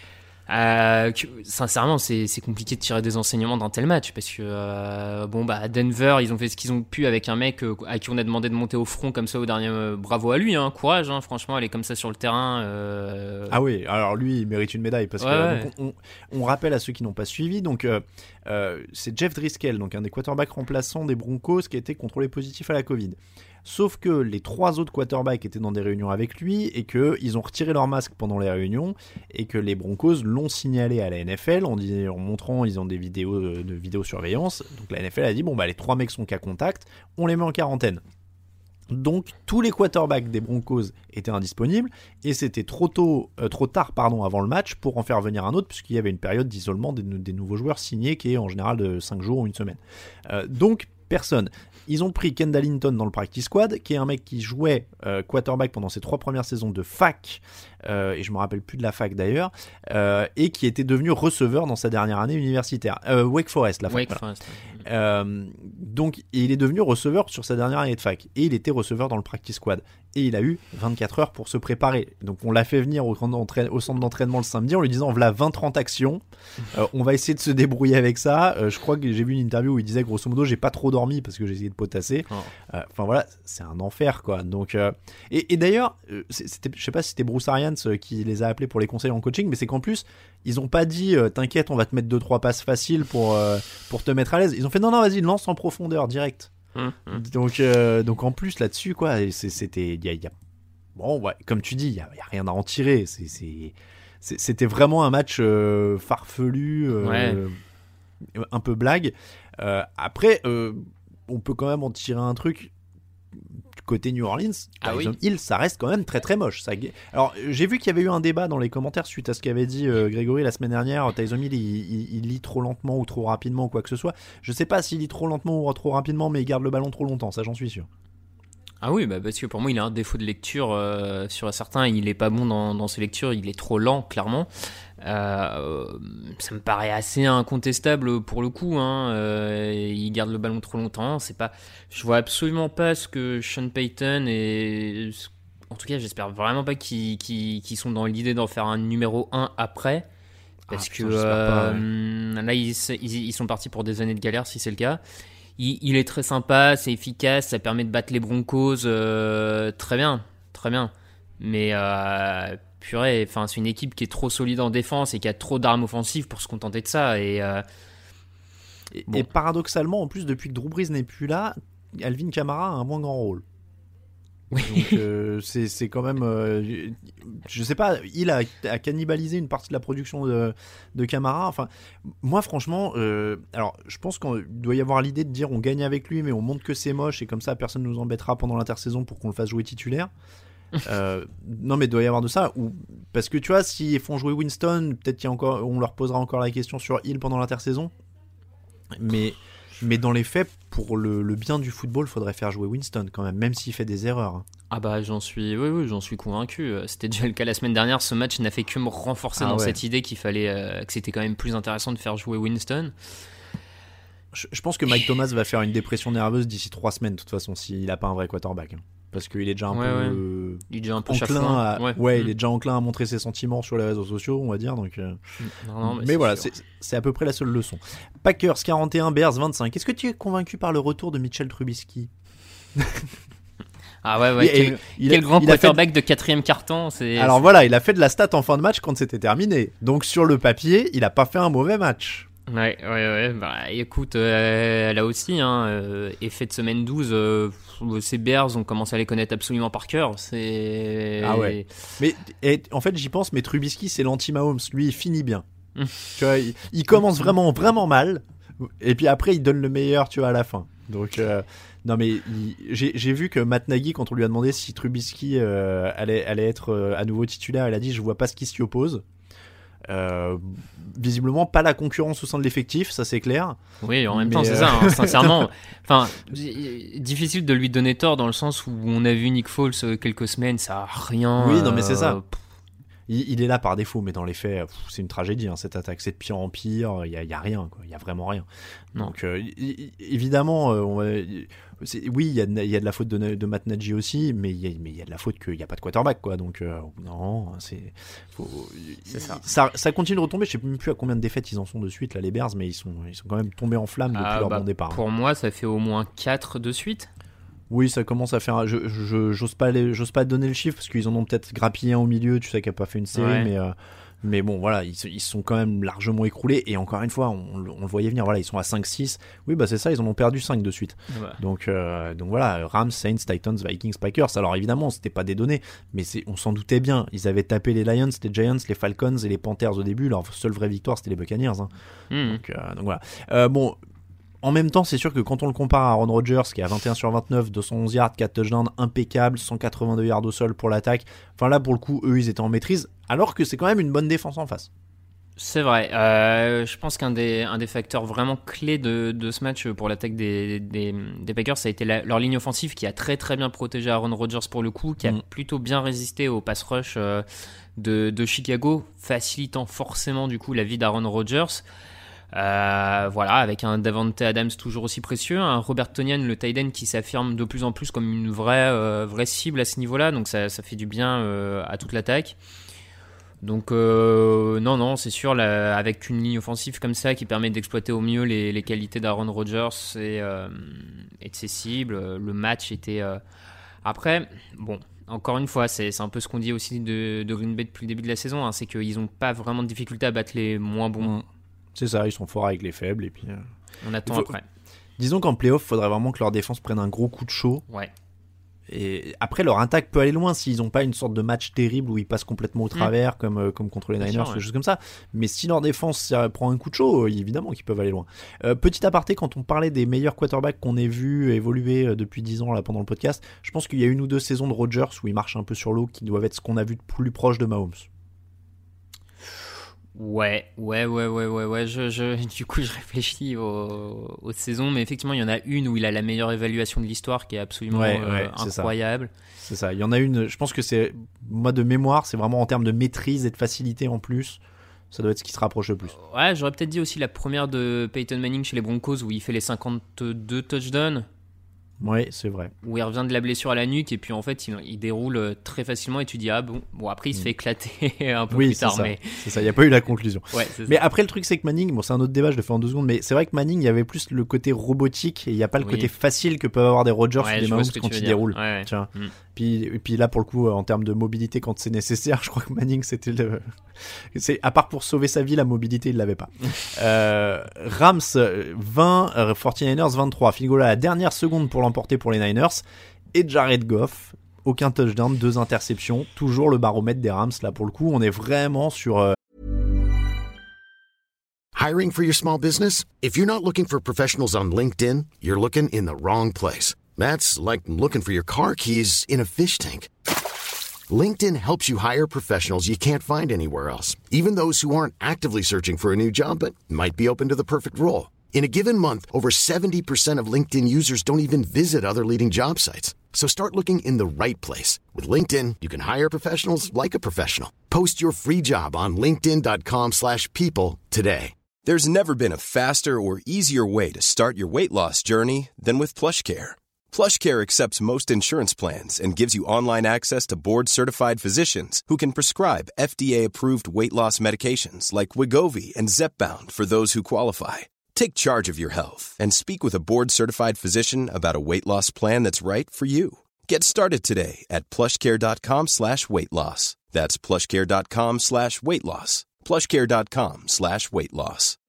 Euh, que, sincèrement, c'est, c'est compliqué de tirer des enseignements d'un tel match parce que euh, bon bah à Denver, ils ont fait ce qu'ils ont pu avec un mec euh, à qui on a demandé de monter au front comme ça au dernier. Euh, bravo à lui, hein, courage, hein, franchement, aller comme ça sur le terrain. Euh... Ah oui, alors lui, il mérite une médaille parce ouais, que ouais. donc, on, on rappelle à ceux qui n'ont pas suivi, donc euh, euh, c'est Jeff Driscoll, donc un des quarterbacks remplaçants des Broncos, qui a été contrôlé positif à la Covid. Sauf que les trois autres quarterbacks étaient dans des réunions avec lui et qu'ils ont retiré leur masque pendant les réunions et que les Broncos l'ont signalé à la N F L en, dis, en montrant, ils ont des vidéos de vidéosurveillance. Donc la N F L a dit, bon bah les trois mecs sont cas contact, on les met en quarantaine. Donc tous les quarterbacks des Broncos étaient indisponibles et c'était trop tôt, euh, trop tard pardon, avant le match pour en faire venir un autre puisqu'il y avait une période d'isolement des, des nouveaux joueurs signés qui est en général de cinq jours ou une semaine. Euh, donc personne. Ils ont pris Kendall Hinton dans le practice squad, qui est un mec qui jouait euh, quarterback pendant ses trois premières saisons de fac, euh, et je me rappelle plus de la fac d'ailleurs, euh, et qui était devenu receveur dans sa dernière année universitaire. Euh, Wake Forest, la fac. Wake voilà. Forest. Euh, donc, il est devenu receveur sur sa dernière année de fac, et il était receveur dans le practice squad. Et il a eu vingt-quatre heures pour se préparer. Donc, on l'a fait venir au, au centre d'entraînement le samedi en lui disant, voilà vingt trente actions, euh, on va essayer de se débrouiller avec ça. Euh, je crois que j'ai vu une interview où il disait, grosso modo, j'ai pas trop dormi parce que j'ai essayé de potasser. Enfin oh. euh, voilà, c'est un enfer quoi. Donc euh, et, et d'ailleurs, euh, c'était, je sais pas si c'était Bruce Arians qui les a appelés pour les conseils en coaching, mais c'est qu'en plus ils ont pas dit euh, t'inquiète, on va te mettre deux trois passes faciles pour euh, pour te mettre à l'aise. Ils ont fait non non vas-y lance en profondeur direct. Mmh, mmh. Donc euh, donc en plus là-dessus quoi, c'est, c'était il y a, y a bon ouais comme tu dis il y a, y a rien à en tirer. C'est, c'est, c'est c'était vraiment un match euh, farfelu, euh, ouais. un peu blague. Euh, après. Euh, on peut quand même en tirer un truc côté New Orleans. Ah Tyson oui. Hill, ça reste quand même très très moche. Ça... Alors j'ai vu qu'il y avait eu un débat dans les commentaires suite à ce qu'avait dit euh, Grégory la semaine dernière. Tyson Hill il, il, il lit trop lentement ou trop rapidement ou quoi que ce soit. Je sais pas s'il lit trop lentement ou trop rapidement, mais il garde le ballon trop longtemps, ça j'en suis sûr. Ah oui, bah parce que pour moi il a un défaut de lecture euh, sur certains, il est pas bon dans, dans ses lectures, il est trop lent clairement. Euh, ça me paraît assez incontestable pour le coup. Hein. Euh, il garde le ballon trop longtemps. C'est pas, je vois absolument pas ce que Sean Payton et, en tout cas, j'espère vraiment pas qu'ils, qu'ils, qu'ils sont dans l'idée d'en faire un numéro un après, parce ah, que putain, euh, pas, ouais. là ils, ils, ils sont partis pour des années de galère si c'est le cas. Il, il est très sympa, c'est efficace, ça permet de battre les Broncos, euh, très bien, très bien. Mais euh, purée, enfin c'est une équipe qui est trop solide en défense et qui a trop d'armes offensives pour se contenter de ça. Et, euh, et, bon. et paradoxalement, en plus, depuis que Drew Brees n'est plus là, Alvin Kamara a un moins grand rôle. Oui. Donc euh, c'est, c'est quand même euh, je sais pas, il a, a cannibalisé une partie de la production de, de Kamara. Enfin moi franchement euh, alors je pense qu'il doit y avoir l'idée de dire on gagne avec lui mais on montre que c'est moche et comme ça personne nous embêtera pendant l'intersaison pour qu'on le fasse jouer titulaire. euh, non mais il doit y avoir de ça ou, parce que tu vois s'ils font jouer Winston peut-être qu'il y a encore, on leur posera encore la question sur Hill pendant l'intersaison mais Mais dans les faits, pour le, le bien du football, il faudrait faire jouer Winston quand même, même s'il fait des erreurs. Ah bah j'en suis, oui, oui, j'en suis convaincu. C'était déjà le cas la semaine dernière. Ce match n'a fait que me renforcer ah dans ouais. cette idée qu'il fallait, euh, que c'était quand même plus intéressant de faire jouer Winston. Je, je pense que Mike Thomas va faire une dépression nerveuse d'ici trois semaines, de toute façon, s'il n'a pas un vrai quarterback. Hein. Parce qu'il est déjà un ouais, peu, ouais. Euh, il est déjà un peu enclin à, ouais, ouais. mmh. il est déjà enclin à montrer ses sentiments sur les réseaux sociaux, on va dire. Donc, euh, non, non, mais, mais voilà, c'est, c'est à peu près la seule leçon. Packers quarante et un, Bears vingt-cinq. Est-ce que tu es convaincu par le retour de Mitchell Trubisky? Ah ouais, ouais. Il, quel, il, quel il grand il quarterback fait... de quatrième quart-temps. C'est... Alors voilà, il a fait de la stat en fin de match quand c'était terminé. Donc sur le papier, il a pas fait un mauvais match. Ouais, ouais, ouais. Bah, écoute, euh, là aussi, hein, euh, effet de semaine douze, euh, ces Bears, on commence à les connaître absolument par cœur. C'est... Ah ouais. Mais et, en fait, j'y pense, mais Trubisky, c'est l'anti-Mahomes. Lui, il finit bien. Tu vois, il, il commence vraiment, vraiment mal. Et puis après, il donne le meilleur, tu vois, à la fin. Donc, euh, non, mais il, j'ai, j'ai vu que Matt Nagy, quand on lui a demandé si Trubisky euh, allait, allait être euh, à nouveau titulaire, il a dit « Je vois pas ce qui s'y oppose ». Euh, visiblement pas la concurrence au sein de l'effectif, ça c'est clair. Oui, en même mais temps c'est euh... ça, hein, sincèrement. Enfin, difficile de lui donner tort dans le sens où on a vu Nick Foles quelques semaines, ça a rien. Oui, non mais c'est euh... ça. Il, il est là par défaut, mais dans les faits, pff, c'est une tragédie hein, cette attaque, c'est de pire en pire. Il y a, il y a rien, quoi. Il y a vraiment rien. Non. Donc euh, y, y, évidemment, euh, on va, c'est, oui, il y a, il y a de la faute de, de Matt Nagy aussi, mais il y a, mais il y a de la faute qu'il n'y a pas de quarterback, quoi. Donc, euh, non, c'est, faut, c'est ça. ça. Ça continue de retomber. Je sais même plus à combien de défaites ils en sont de suite, là, les Bears, mais ils sont, ils sont quand même tombés en flammes depuis ah, leur bah, bon départ. Pour moi, ça fait au moins quatre de suite. Oui, ça commence à faire. Je, je, j'ose pas, les, j'ose pas donner le chiffre parce qu'ils en ont peut-être grappillé un au milieu. Tu sais qu'il n'a pas fait une série, ouais. mais. Euh, Mais bon, voilà, ils, ils sont quand même largement écroulés. Et encore une fois, on, on le voyait venir. Voilà, ils sont à cinq six. Oui, bah c'est ça, ils en ont perdu cinq de suite. Ouais. Donc, euh, donc voilà, Rams, Saints, Titans, Vikings, Packers. Alors évidemment, c'était pas des données, mais c'est, on s'en doutait bien. Ils avaient tapé les Lions, les Giants, les Falcons et les Panthers au début. Leur seule vraie victoire, c'était les Buccaneers. Hein. Mmh. Donc, euh, donc voilà. Euh, bon. En même temps, c'est sûr que quand on le compare à Aaron Rodgers, qui est à vingt et un sur vingt-neuf, deux cent onze yards, quatre touchdowns, impeccable, cent quatre-vingt-deux yards au sol pour l'attaque. Enfin là, pour le coup, eux, ils étaient en maîtrise, alors que c'est quand même une bonne défense en face. C'est vrai. Euh, je pense qu'un des, un des facteurs vraiment clés de, de ce match pour l'attaque des, des, des Packers, ça a été la, leur ligne offensive qui a très très bien protégé Aaron Rodgers pour le coup, qui a mmh. plutôt bien résisté au pass rush euh, de, de Chicago, facilitant forcément du coup la vie d'Aaron Rodgers. Euh, voilà, avec un Davante Adams toujours aussi précieux, un Robert Tonyan, le tight end qui s'affirme de plus en plus comme une vraie, euh, vraie cible à ce niveau-là, donc ça, ça fait du bien euh, à toute l'attaque. Donc euh, non, non, c'est sûr, là, avec une ligne offensive comme ça qui permet d'exploiter au mieux les, les qualités d'Aaron Rodgers et, euh, et de ses cibles, le match était... Euh... Après, bon... Encore une fois, c'est, c'est un peu ce qu'on dit aussi de, de Green Bay depuis le début de la saison, hein, c'est qu'ils n'ont pas vraiment de difficulté à battre les moins bons. C'est ça, ils sont forts avec les faibles et puis. Euh... On attend faut... après. Disons qu'en playoff, il faudrait vraiment que leur défense prenne un gros coup de chaud. Ouais. Et après, leur attaque peut aller loin s'ils n'ont pas une sorte de match terrible où ils passent complètement au travers, mmh. comme, euh, comme contre les Niners, sûr, ouais. des choses comme ça. Mais si leur défense ça prend un coup de chaud, évidemment qu'ils peuvent aller loin. Euh, petit aparté, quand on parlait des meilleurs quarterbacks qu'on ait vus évoluer depuis dix ans là, pendant le podcast, je pense qu'il y a une ou deux saisons de Rodgers où il marche un peu sur l'eau qui doivent être ce qu'on a vu de plus proche de Mahomes. Ouais, ouais, ouais, ouais, ouais, ouais. Je, je, du coup, je réfléchis aux, aux saisons, mais effectivement, il y en a une où il a la meilleure évaluation de l'histoire, qui est absolument ouais, euh, ouais, incroyable. C'est ça. c'est ça. Il y en a une. Je pense que c'est moi de mémoire, c'est vraiment en termes de maîtrise et de facilité en plus. Ça doit être ce qui se rapproche le plus. Ouais, j'aurais peut-être dit aussi la première de Peyton Manning chez les Broncos où il fait les cinquante-deux touchdowns. Oui, c'est vrai. Où il revient de la blessure à la nuque et puis en fait il, il déroule très facilement et tu dis ah bon, bon après il se fait éclater un peu oui, plus tard. C'est mais... c'est ça, il n'y a pas eu la conclusion. Ouais, mais après le truc c'est que Manning, bon c'est un autre débat, je le fais en deux secondes, mais c'est vrai que Manning il y avait plus le côté robotique et il n'y a pas le oui. côté facile que peuvent avoir des Rodgers ouais, ou des Mahomes quand ils dire. déroulent. Ouais, ouais. Tu vois. Mm. Puis, et puis là pour le coup en termes de mobilité quand c'est nécessaire, je crois que Manning c'était le... c'est, à part pour sauver sa vie, la mobilité il ne l'avait pas. euh, Rams vingt, euh, forty-niners vingt-trois, field goal à la dernière seconde pour l'emporter pour les Niners. Et Jared Goff, aucun touchdown, deux interceptions, toujours le baromètre des Rams. Là, pour le coup, on est vraiment sur... Euh... Hiring for your small business? If you're not looking for professionals on LinkedIn, you're looking in the wrong place. That's like looking for your car keys in a fish tank. LinkedIn helps you hire professionals you can't find anywhere else, even those who aren't actively searching for a new job but might be open to the perfect role. In a given month, over seventy percent of LinkedIn users don't even visit other leading job sites. So start looking in the right place. With LinkedIn, you can hire professionals like a professional. Post your free job on linkedin dot com slash people today. There's never been a faster or easier way to start your weight loss journey than with PlushCare. PlushCare accepts most insurance plans and gives you online access to board-certified physicians who can prescribe F D A-approved weight loss medications like Wegovy and Zepbound for those who qualify. Take charge of your health and speak with a board-certified physician about a weight loss plan that's right for you. Get started today at plushcare.com slash weight loss. That's plushcare.com slash weight loss. plushcare.com slash weight loss.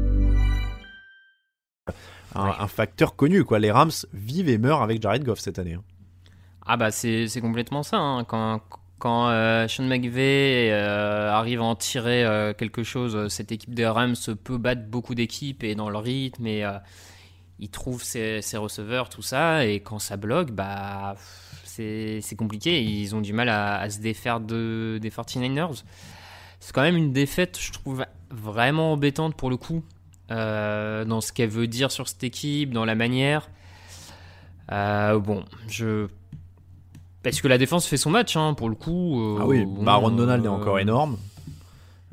Un, un facteur connu, quoi. Les Rams vivent et meurent avec Jared Goff cette année. Hein. Ah bah c'est, c'est complètement ça. Hein. Quand... Quand euh, Sean McVay euh, arrive à en tirer euh, quelque chose, cette équipe des Rams peut battre beaucoup d'équipes et dans le rythme et euh, il trouve ses, ses receveurs, tout ça. Et quand ça bloque, bah, c'est, c'est compliqué. Ils ont du mal à, à se défaire de, des forty-niners. C'est quand même une défaite, je trouve, vraiment embêtante pour le coup, euh, dans ce qu'elle veut dire sur cette équipe, dans la manière. Euh, bon, je... Parce que la défense fait son match, hein, pour le coup. Euh, ah oui, bah Aaron Donald euh, est encore énorme.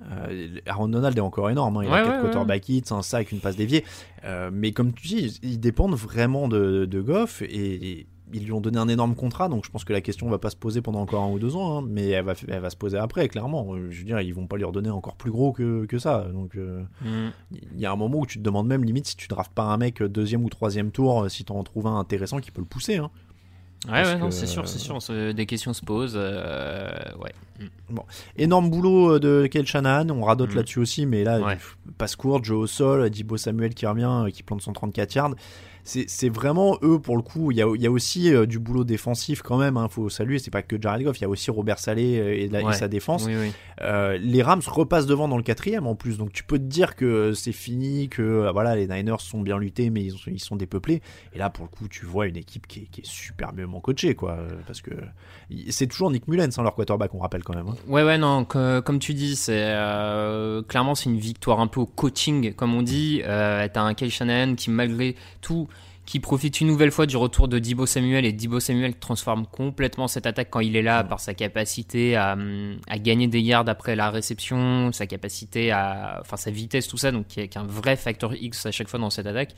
Euh, Aaron Donald est encore énorme, hein. Il ouais, a quatre ouais, quarterback hits, un sac, une passe déviée. Euh, mais comme tu dis, ils dépendent vraiment de, de Goff et, et ils lui ont donné un énorme contrat, donc je pense que la question va pas se poser pendant encore un ou deux ans, hein, mais elle va, elle va se poser après, clairement. Je veux dire, ils vont pas lui redonner encore plus gros que, que ça. Donc il euh, mm. y a un moment où tu te demandes même limite si tu draftes pas un mec deuxième ou troisième tour, si t'en trouves un intéressant qui peut le pousser. Hein. Ouais, ouais, que, non, c'est sûr, c'est sûr. Des questions se posent. Euh, ouais. Bon, énorme boulot de Kyle Shanahan. On radote mm. là-dessus aussi, mais là, ouais. passe courte, jeu au sol, Deebo Samuel qui revient, qui plante son trente-quatre yards. C'est, c'est vraiment eux pour le coup. Il y a, il y a aussi euh, du boulot défensif quand même. Il hein, faut saluer. C'est pas que Jared Goff. Il y a aussi Robert Saleh et, la, ouais. et sa défense. Oui, oui. Euh, les Rams repassent devant dans le quatrième en plus. Donc tu peux te dire que c'est fini, que euh, voilà, les Niners sont bien luttés, mais ils, ont, ils sont dépeuplés. Et là pour le coup, tu vois une équipe qui est, qui est superbement coachée, quoi. Parce que c'est toujours Nick Mullens, hein, leur quarterback, on rappelle quand même. Hein. Ouais, ouais, non. Que, comme tu dis, c'est euh, clairement c'est une victoire un peu au coaching, comme on dit. Euh, t'as un Kyle Shanahan qui malgré tout qui profite une nouvelle fois du retour de Deebo Samuel, et Deebo Samuel transforme complètement cette attaque quand il est là, par sa capacité à, à gagner des yards après la réception, sa capacité à, enfin sa vitesse, tout ça, donc qui est, qui est un vrai facteur X à chaque fois dans cette attaque.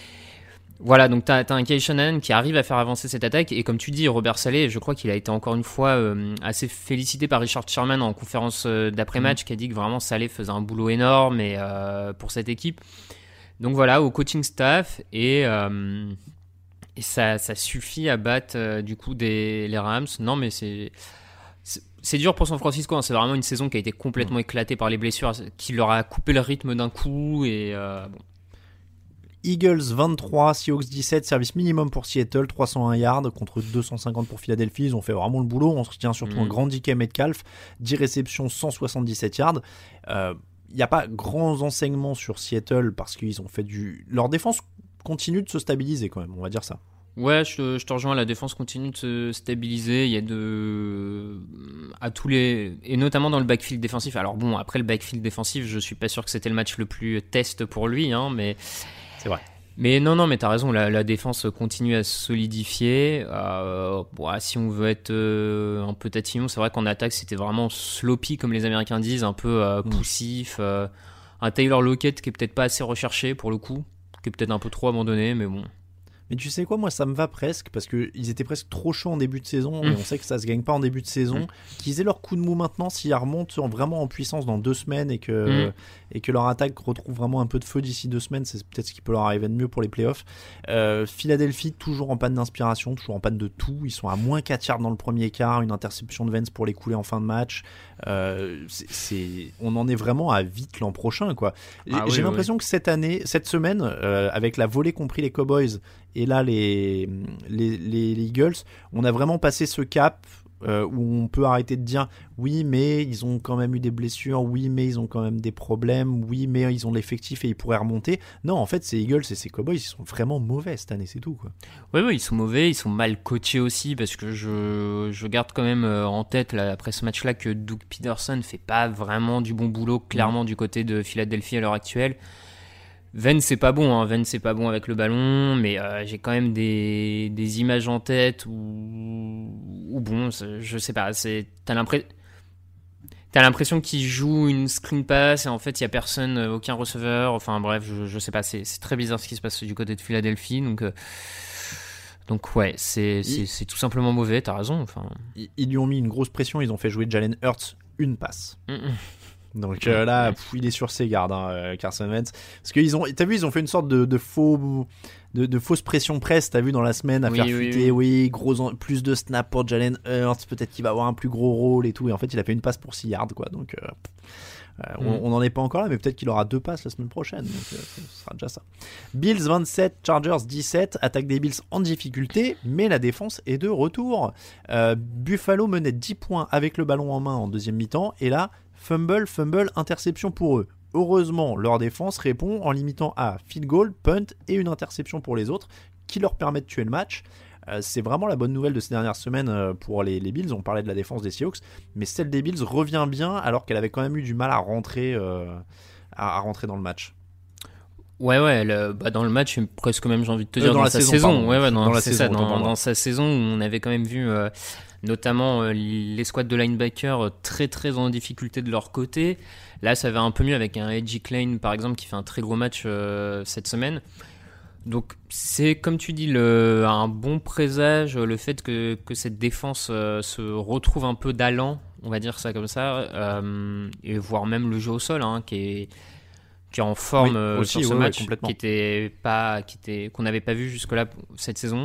Voilà, donc t'as, t'as un Kyle Shanahan qui arrive à faire avancer cette attaque, et comme tu dis, Robert Saleh, je crois qu'il a été encore une fois euh, assez félicité par Richard Sherman en conférence d'après-match, mmh. qui a dit que vraiment Saleh faisait un boulot énorme et, euh, pour cette équipe. Donc voilà, au coaching staff, et, euh, et ça, ça suffit à battre euh, du coup des, les Rams. Non, mais c'est, c'est, c'est dur pour San Francisco, hein. C'est vraiment une saison qui a été complètement éclatée par les blessures, qui leur a coupé le rythme d'un coup. Et euh, bon. Eagles vingt-trois, Seahawks dix-sept, service minimum pour Seattle, trois cent un yards contre deux cent cinquante pour Philadelphie. Ils ont fait vraiment le boulot. On se retient surtout mmh. un grand D K Metcalf, dix réceptions, cent soixante-dix-sept yards. Euh, Il n'y a pas grands enseignements sur Seattle parce qu'ils ont fait du... Leur défense continue de se stabiliser quand même, on va dire ça. Ouais, je te, je te rejoins, la défense continue de se stabiliser. Il y a de... à tous les... Et notamment dans le backfield défensif. Alors bon, après le backfield défensif, je suis pas sûr que c'était le match le plus test pour lui, hein, mais... C'est vrai. Mais non, non, mais t'as raison, la, la défense continue à se solidifier. Euh, bon, si on veut être euh, un peu tatillon, c'est vrai qu'en attaque, c'était vraiment sloppy, comme les Américains disent, un peu euh, poussif. Euh, un Taylor Lockett qui est peut-être pas assez recherché pour le coup, qui est peut-être un peu trop abandonné, mais bon. Mais tu sais quoi, moi ça me va presque, parce qu'ils étaient presque trop chauds en début de saison, mmh. et on sait que ça se gagne pas en début de saison. Mmh. Qu'ils aient leur coup de mou maintenant, s'ils remontent vraiment en puissance dans deux semaines, et que, mmh. et que leur attaque retrouve vraiment un peu de feu d'ici deux semaines, c'est peut-être ce qui peut leur arriver de mieux pour les playoffs. Euh, Philadelphie, toujours en panne d'inspiration, toujours en panne de tout. Ils sont à moins quatre yards dans le premier quart, une interception de Vance pour les couler en fin de match. Euh, c'est, c'est, on en est vraiment à vite l'an prochain, quoi. Ah, J'ai oui, l'impression oui. que cette année, cette semaine, euh, avec la volée qu'ont pris les Cowboys, et là les, les, les, les Eagles, on a vraiment passé ce cap euh, où on peut arrêter de dire oui mais ils ont quand même eu des blessures, oui mais ils ont quand même des problèmes, oui mais ils ont l'effectif et ils pourraient remonter. Non, en fait ces Eagles et ces Cowboys, ils sont vraiment mauvais cette année, c'est tout, quoi. Oui, oui, ils sont mauvais, ils sont mal coachés aussi, parce que je, je garde quand même en tête là, après ce match là que Doug Peterson fait pas vraiment du bon boulot clairement mmh. du côté de Philadelphie à l'heure actuelle. Vance c'est pas bon, hein. Vance c'est pas bon avec le ballon, mais euh, j'ai quand même des, des images en tête où, où bon, je sais pas, c'est, t'as l'impression, t'as l'impression qu'il joue une screen pass et en fait il y a personne, aucun receveur, enfin bref, je, je sais pas, c'est, c'est très bizarre ce qui se passe du côté de Philadelphie, donc euh, donc ouais, c'est, c'est, c'est tout simplement mauvais, t'as raison. Enfin, ils, ils lui ont mis une grosse pression, ils ont fait jouer Jalen Hurts une passe. Mm-mm. Donc euh, là, pff, il est sur ses gardes, hein, Carson Wentz. Parce qu'ils ont, t'as vu, ils ont fait une sorte de, de faux, de, de fausse pression presse. T'as vu dans la semaine à oui, faire oui, fuiter, oui, oui gros en, plus de snaps pour Jalen Hurts. Peut-être qu'il va avoir un plus gros rôle et tout. Et en fait, il a fait une passe pour six yards, quoi. Donc, euh, euh, mm. on n'en est pas encore là, mais peut-être qu'il aura deux passes la semaine prochaine. Donc, euh, ce sera déjà ça. Bills vingt-sept, Chargers dix-sept. Attaque des Bills en difficulté, mais la défense est de retour. Euh, Buffalo menait dix points avec le ballon en main en deuxième mi-temps, et là. Fumble, fumble, interception pour eux. Heureusement, leur défense répond en limitant à field goal, punt et une interception pour les autres qui leur permettent de tuer le match. Euh, c'est vraiment la bonne nouvelle de ces dernières semaines pour les, les Bills. On parlait de la défense des Seahawks, mais celle des Bills revient bien alors qu'elle avait quand même eu du mal à rentrer, euh, à, à rentrer dans le match. Ouais, ouais, le, bah dans le match, presque même, j'ai envie de te dire, euh, dans, dans sa saison. saison. Ouais, ouais, dans, dans la saison. Ça, dans, dans sa saison où on avait quand même vu... Euh... notamment euh, l'escouade de linebackers euh, très très en difficulté de leur côté. Là, ça va un peu mieux avec un Edgy Klein, par exemple, qui fait un très gros match euh, cette semaine. Donc, c'est, comme tu dis, le, un bon présage, le fait que, que cette défense euh, se retrouve un peu d'allant, on va dire ça comme ça, euh, et voire même le jeu au sol, hein, qui est... qui est en forme oui, aussi, sur ce ouais, match, ouais, qui était pas, qui était, qu'on n'avait pas vu jusque-là cette saison.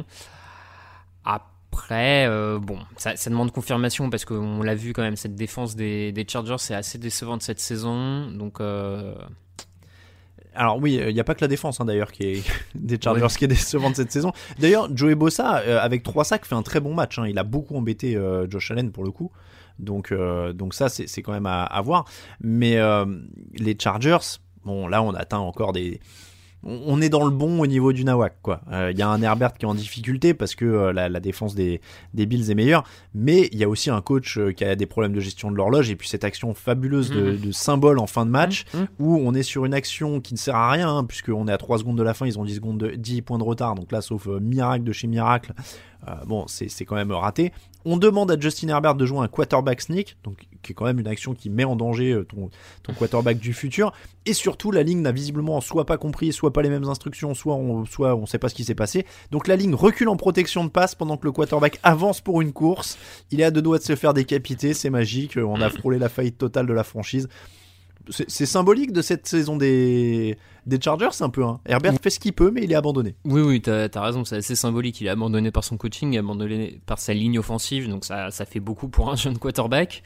Après, euh, bon, ça, ça demande confirmation parce qu'on l'a vu quand même, cette défense des, des Chargers, c'est assez décevante cette saison. Donc, euh... alors oui, il n'y a pas que la défense hein, d'ailleurs qui est des Chargers oui. qui est décevante cette saison. D'ailleurs, Joey Bosa, euh, avec trois sacs, fait un très bon match. Hein. Il a beaucoup embêté euh, Josh Allen pour le coup. Donc, euh, donc ça, c'est, c'est quand même à, à voir. Mais euh, les Chargers... Bon, là, on atteint encore des... On est dans le bon au niveau du Nawak, quoi. Il euh, y a un Herbert qui est en difficulté parce que euh, la, la défense des, des Bills est meilleure, mais il y a aussi un coach euh, qui a des problèmes de gestion de l'horloge et puis cette action fabuleuse de, mmh. de symbole en fin de match mmh. où on est sur une action qui ne sert à rien, hein, puisqu'on est à trois secondes de la fin, ils ont dix, secondes de, dix points de retard, donc là, sauf euh, miracle de chez miracle, euh, bon, c'est, c'est quand même raté. On demande à Justin Herbert de jouer un quarterback sneak, donc qui est quand même une action qui met en danger ton, ton quarterback du futur. Et surtout, la ligne n'a visiblement soit pas compris, soit pas les mêmes instructions, soit on, soit on sait pas ce qui s'est passé. Donc la ligne recule en protection de passe pendant que le quarterback avance pour une course. Il est à deux doigts de se faire décapiter, c'est magique. On a frôlé la faillite totale de la franchise. C'est, c'est symbolique de cette saison des, des Chargers, un peu. Hein. Herbert fait ce qu'il peut, mais il est abandonné. Oui, oui, t'as, t'as raison, c'est assez symbolique. Il est abandonné par son coaching, abandonné par sa ligne offensive, donc ça, ça fait beaucoup pour un jeune quarterback.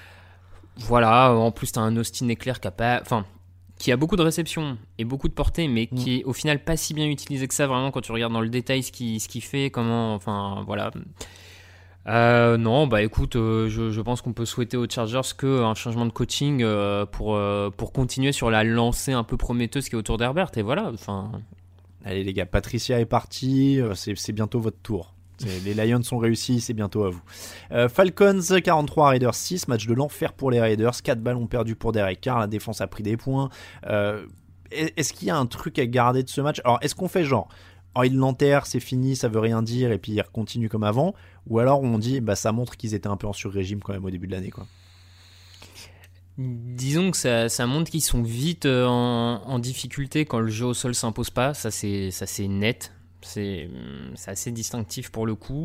Voilà, en plus t'as un Austin Ekeler qui a pas, enfin, qui a beaucoup de réceptions et beaucoup de portée, mais qui est au final pas si bien utilisé que ça, vraiment, quand tu regardes dans le détail ce qu'il, ce qu'il fait, comment, enfin, voilà. Euh, non, bah écoute, euh, je, je pense qu'on peut souhaiter aux Chargers qu'un changement de coaching euh, pour, euh, pour continuer sur la lancée un peu prometteuse qui est autour d'Herbert, et voilà, enfin... Allez les gars, Patricia est partie, c'est, c'est bientôt votre tour. Les Lions sont réussis, c'est bientôt à vous. Euh, Falcons quarante-trois, Raiders six, match de l'enfer pour les Raiders, quatre ballons perdus pour Derek Carr, la défense a pris des points. Euh, est-ce qu'il y a un truc à garder de ce match ? Alors, est-ce qu'on fait genre, oh, ils l'enterrent, c'est fini, ça veut rien dire, et puis ils continuent comme avant ? Ou alors on dit, bah ça montre qu'ils étaient un peu en sur-régime quand même au début de l'année, quoi. Disons que ça, ça montre qu'ils sont vite en, en difficulté quand le jeu au sol s'impose pas, ça c'est, ça c'est net. C'est, c'est assez distinctif pour le coup.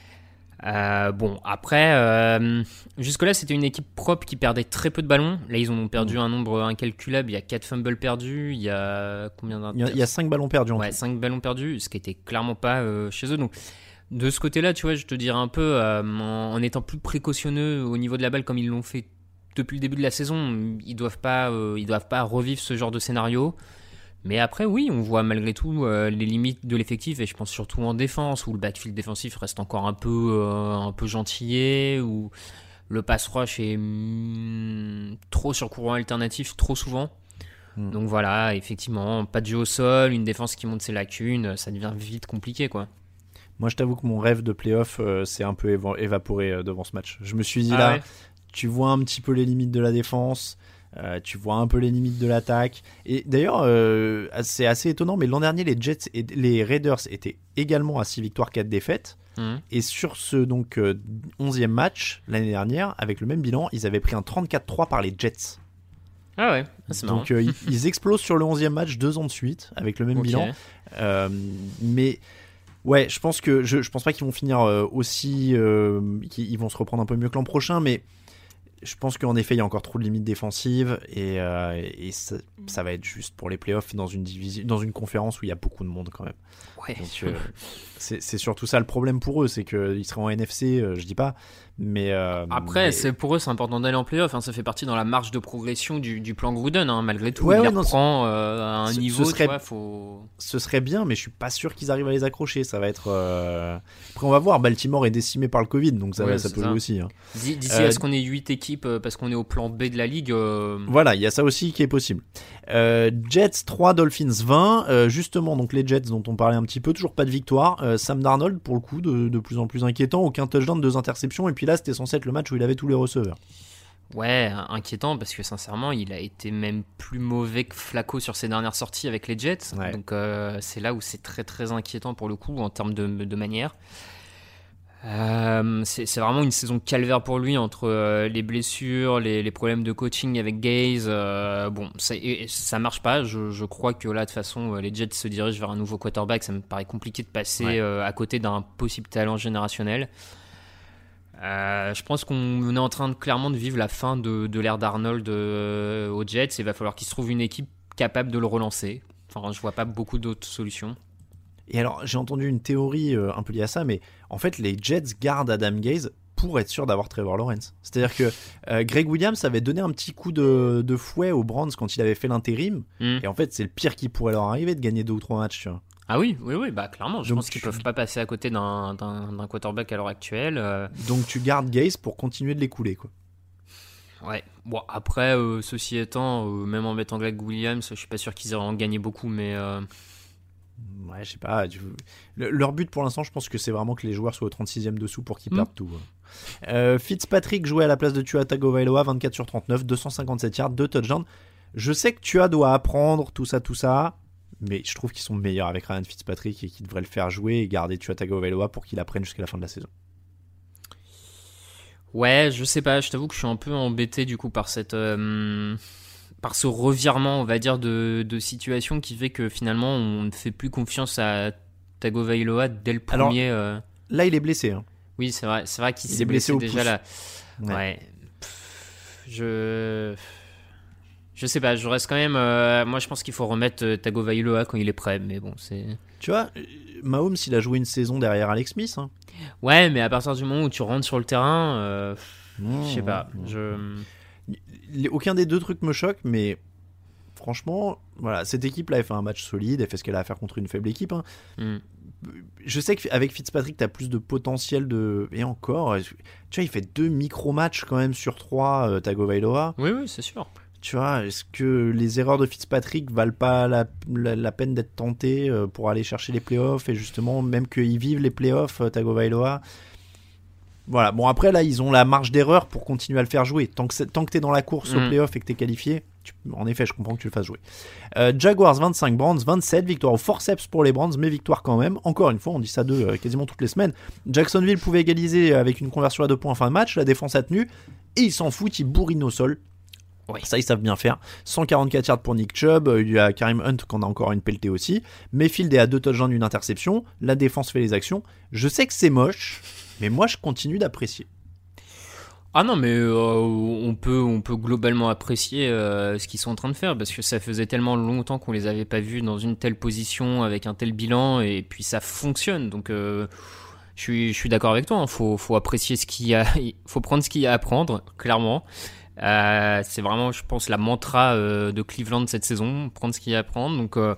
Euh, bon, après, euh, jusque-là, c'était une équipe propre qui perdait très peu de ballons. Là, ils ont perdu mmh. un nombre incalculable. Il y a quatre fumbles perdus. Il y a combien d'inter... Il y a, il y a cinq ballons perdus. En ouais, cinq ballons perdus, ce qui était clairement pas euh, chez eux. Donc, de ce côté-là, tu vois, je te dirais un peu, euh, en, en étant plus précautionneux au niveau de la balle, comme ils l'ont fait depuis le début de la saison, ils doivent pas, euh, ils doivent pas revivre ce genre de scénario. Mais après, oui, on voit malgré tout euh, les limites de l'effectif, et je pense surtout en défense, où le backfield défensif reste encore un peu, euh, un peu gentillé, où le pass rush est mm, trop sur courant alternatif, trop souvent. Mm. Donc voilà, effectivement, pas de jeu au sol, une défense qui monte ses lacunes, ça devient vite compliqué, quoi. Moi, je t'avoue que mon rêve de play-off euh, s'est un peu éva- évaporé euh, devant ce match. Je me suis dit, ah là, ouais. Tu vois un petit peu les limites de la défense, Euh, tu vois un peu les limites de l'attaque. Et d'ailleurs, euh, c'est assez étonnant, mais l'an dernier, les Jets et les Raiders étaient également à six victoires, quatre défaites. Mmh. Et sur ce donc euh, onzième match, l'année dernière, avec le même bilan, ils avaient pris un trente-quatre trois par les Jets. Ah ouais, c'est marrant. Donc euh, ils, ils explosent sur le onzième match deux ans de suite, avec le même okay. bilan. Euh, mais... Ouais, je pense que je, je pense pas qu'ils vont finir euh, aussi, euh, qu'ils vont se reprendre un peu mieux que l'an prochain, mais je pense qu'en effet il y a encore trop de limites défensives et, euh, et ça, ça va être juste pour les playoffs dans une division, dans une conférence où il y a beaucoup de monde quand même. Ouais. Donc euh, c'est, c'est surtout ça le problème pour eux, c'est qu'ils seraient en N F C, euh, je dis pas, mais euh, après mais... c'est pour eux c'est important d'aller en playoffs, hein, ça fait partie dans la marche de progression du, du plan Gruden, hein, malgré tout. Ouais, il ouais, les reprend euh, à un ce, niveau, ce serait, tu vois, faut... ce serait bien, mais je suis pas sûr qu'ils arrivent à les accrocher. Ça va être. Euh... Après, on va voir. Baltimore est décimé par le Covid, donc ça, ouais, va, ça peut ça. jouer aussi. Hein. D'ici euh... à ce qu'on ait huit équipes parce qu'on est au plan B de la ligue. Euh... Voilà, il y a ça aussi qui est possible. Euh, Jets trois, Dolphins vingt. Euh, justement, donc les Jets dont on parlait un petit peu, toujours pas de victoire. Euh, Sam Darnold, pour le coup, de, de plus en plus inquiétant. Aucun touchdown, deux interceptions. Et puis là, c'était censé être le match où il avait tous les receveurs. Ouais, inquiétant parce que sincèrement, il a été même plus mauvais que Flacco sur ses dernières sorties avec les Jets. Ouais. Donc euh, c'est là où c'est très très inquiétant pour le coup en termes de, de manière. Euh, c'est, c'est vraiment une saison calvaire pour lui entre euh, les blessures, les, les problèmes de coaching avec Gaze. Euh, bon, ça, et, ça marche pas. Je, je crois que là, de toute façon, les Jets se dirigent vers un nouveau quarterback. Ça me paraît compliqué de passer ouais. euh, à côté d'un possible talent générationnel. Euh, je pense qu'on est en train de clairement de vivre la fin de, de l'ère d'Arnold euh, aux Jets. Il va falloir qu'il se trouve une équipe capable de le relancer. Enfin, je vois pas beaucoup d'autres solutions. Et alors, j'ai entendu une théorie euh, un peu liée à ça, mais en fait, les Jets gardent Adam Gaze pour être sûr d'avoir Trevor Lawrence. C'est-à-dire que euh, Greg Williams avait donné un petit coup de, de fouet aux Browns quand il avait fait l'intérim, mm. et en fait, c'est le pire qui pourrait leur arriver de gagner deux ou trois matchs, tu vois. Ah oui, oui, oui, bah clairement. Je Donc, pense qu'ils peuvent pas passer à côté d'un, d'un, d'un quarterback à l'heure actuelle. Euh... Donc tu gardes Gaze pour continuer de l'écouler, quoi. Ouais. Bon, après, euh, ceci étant, euh, même en mettant Greg Williams, je suis pas sûr qu'ils auraient en gagné beaucoup, mais. Euh... Ouais, je sais pas. Tu... Le, leur but pour l'instant, je pense que c'est vraiment que les joueurs soient au trente-sixième dessous pour qu'ils mmh. perdent tout. Euh, Fitzpatrick jouait à la place de Tua Tagovailoa, vingt-quatre sur trente-neuf, deux cent cinquante-sept yards, deux touchdowns. Je sais que Tua doit apprendre tout ça, tout ça, mais je trouve qu'ils sont meilleurs avec Ryan Fitzpatrick et qu'ils devraient le faire jouer et garder Tua Tagovailoa pour qu'il apprenne jusqu'à la fin de la saison. Ouais, je sais pas. Je t'avoue que je suis un peu embêté du coup par cette. Euh... par ce revirement, on va dire, de, de situation qui fait que finalement, on ne fait plus confiance à Tagovailoa dès le premier... Alors, euh... là, il est blessé. Hein. Oui, c'est vrai, c'est vrai qu'il il s'est est blessé, blessé au déjà pouce. là. Ouais. ouais. Pff, je... Je sais pas, je reste quand même... Euh... Moi, je pense qu'il faut remettre Tagovailoa quand il est prêt, mais bon, c'est... Tu vois, Mahomes, il a joué une saison derrière Alex Smith. Hein. Ouais, mais à partir du moment où tu rentres sur le terrain, euh... mmh, je sais pas, mmh. je... Aucun des deux trucs me choque, mais franchement, voilà, cette équipe-là, elle fait un match solide, elle fait ce qu'elle a à faire contre une faible équipe. Hein. Mm. Je sais qu'avec Fitzpatrick, tu as plus de potentiel de. Et encore, tu vois, il fait deux micro-matchs quand même sur trois, euh, Tagovailoa. Oui, oui, c'est sûr. Tu vois, est-ce que les erreurs de Fitzpatrick valent pas la, la, la peine d'être tentées euh, pour aller chercher les playoffs et justement, même qu'ils vivent les playoffs, euh, Tagovailoa. Voilà, bon après là ils ont la marge d'erreur pour continuer à le faire jouer. Tant que, tant que t'es dans la course mmh. au play-off et que t'es qualifié, tu, en effet je comprends que tu le fasses jouer. Euh, Jaguars vingt-cinq, Browns vingt-sept, victoire au forceps pour les Browns, mais victoire quand même. Encore une fois, on dit ça de euh, quasiment toutes les semaines. Jacksonville pouvait égaliser avec une conversion à deux points en fin de match, la défense a tenu, et ils s'en foutent, ils bourrinent au sol. Ouais. Ça ils savent bien faire. cent quarante-quatre yards pour Nick Chubb, il y a Kareem Hunt qui en a encore une pelletée aussi. Mayfield est à deux touchdowns d'une interception, la défense fait les actions. Je sais que c'est moche, mais moi je continue d'apprécier. Ah non, mais euh, on peut on peut globalement apprécier euh, ce qu'ils sont en train de faire parce que ça faisait tellement longtemps qu'on les avait pas vus dans une telle position avec un tel bilan et puis ça fonctionne. Donc euh, je suis je suis d'accord avec toi. Hein. Faut faut apprécier ce qu'il y a, faut prendre ce qu'il y a à prendre clairement. Euh, c'est vraiment, je pense, la mantra euh, de Cleveland cette saison, prendre ce qu'il y a à prendre. Donc euh,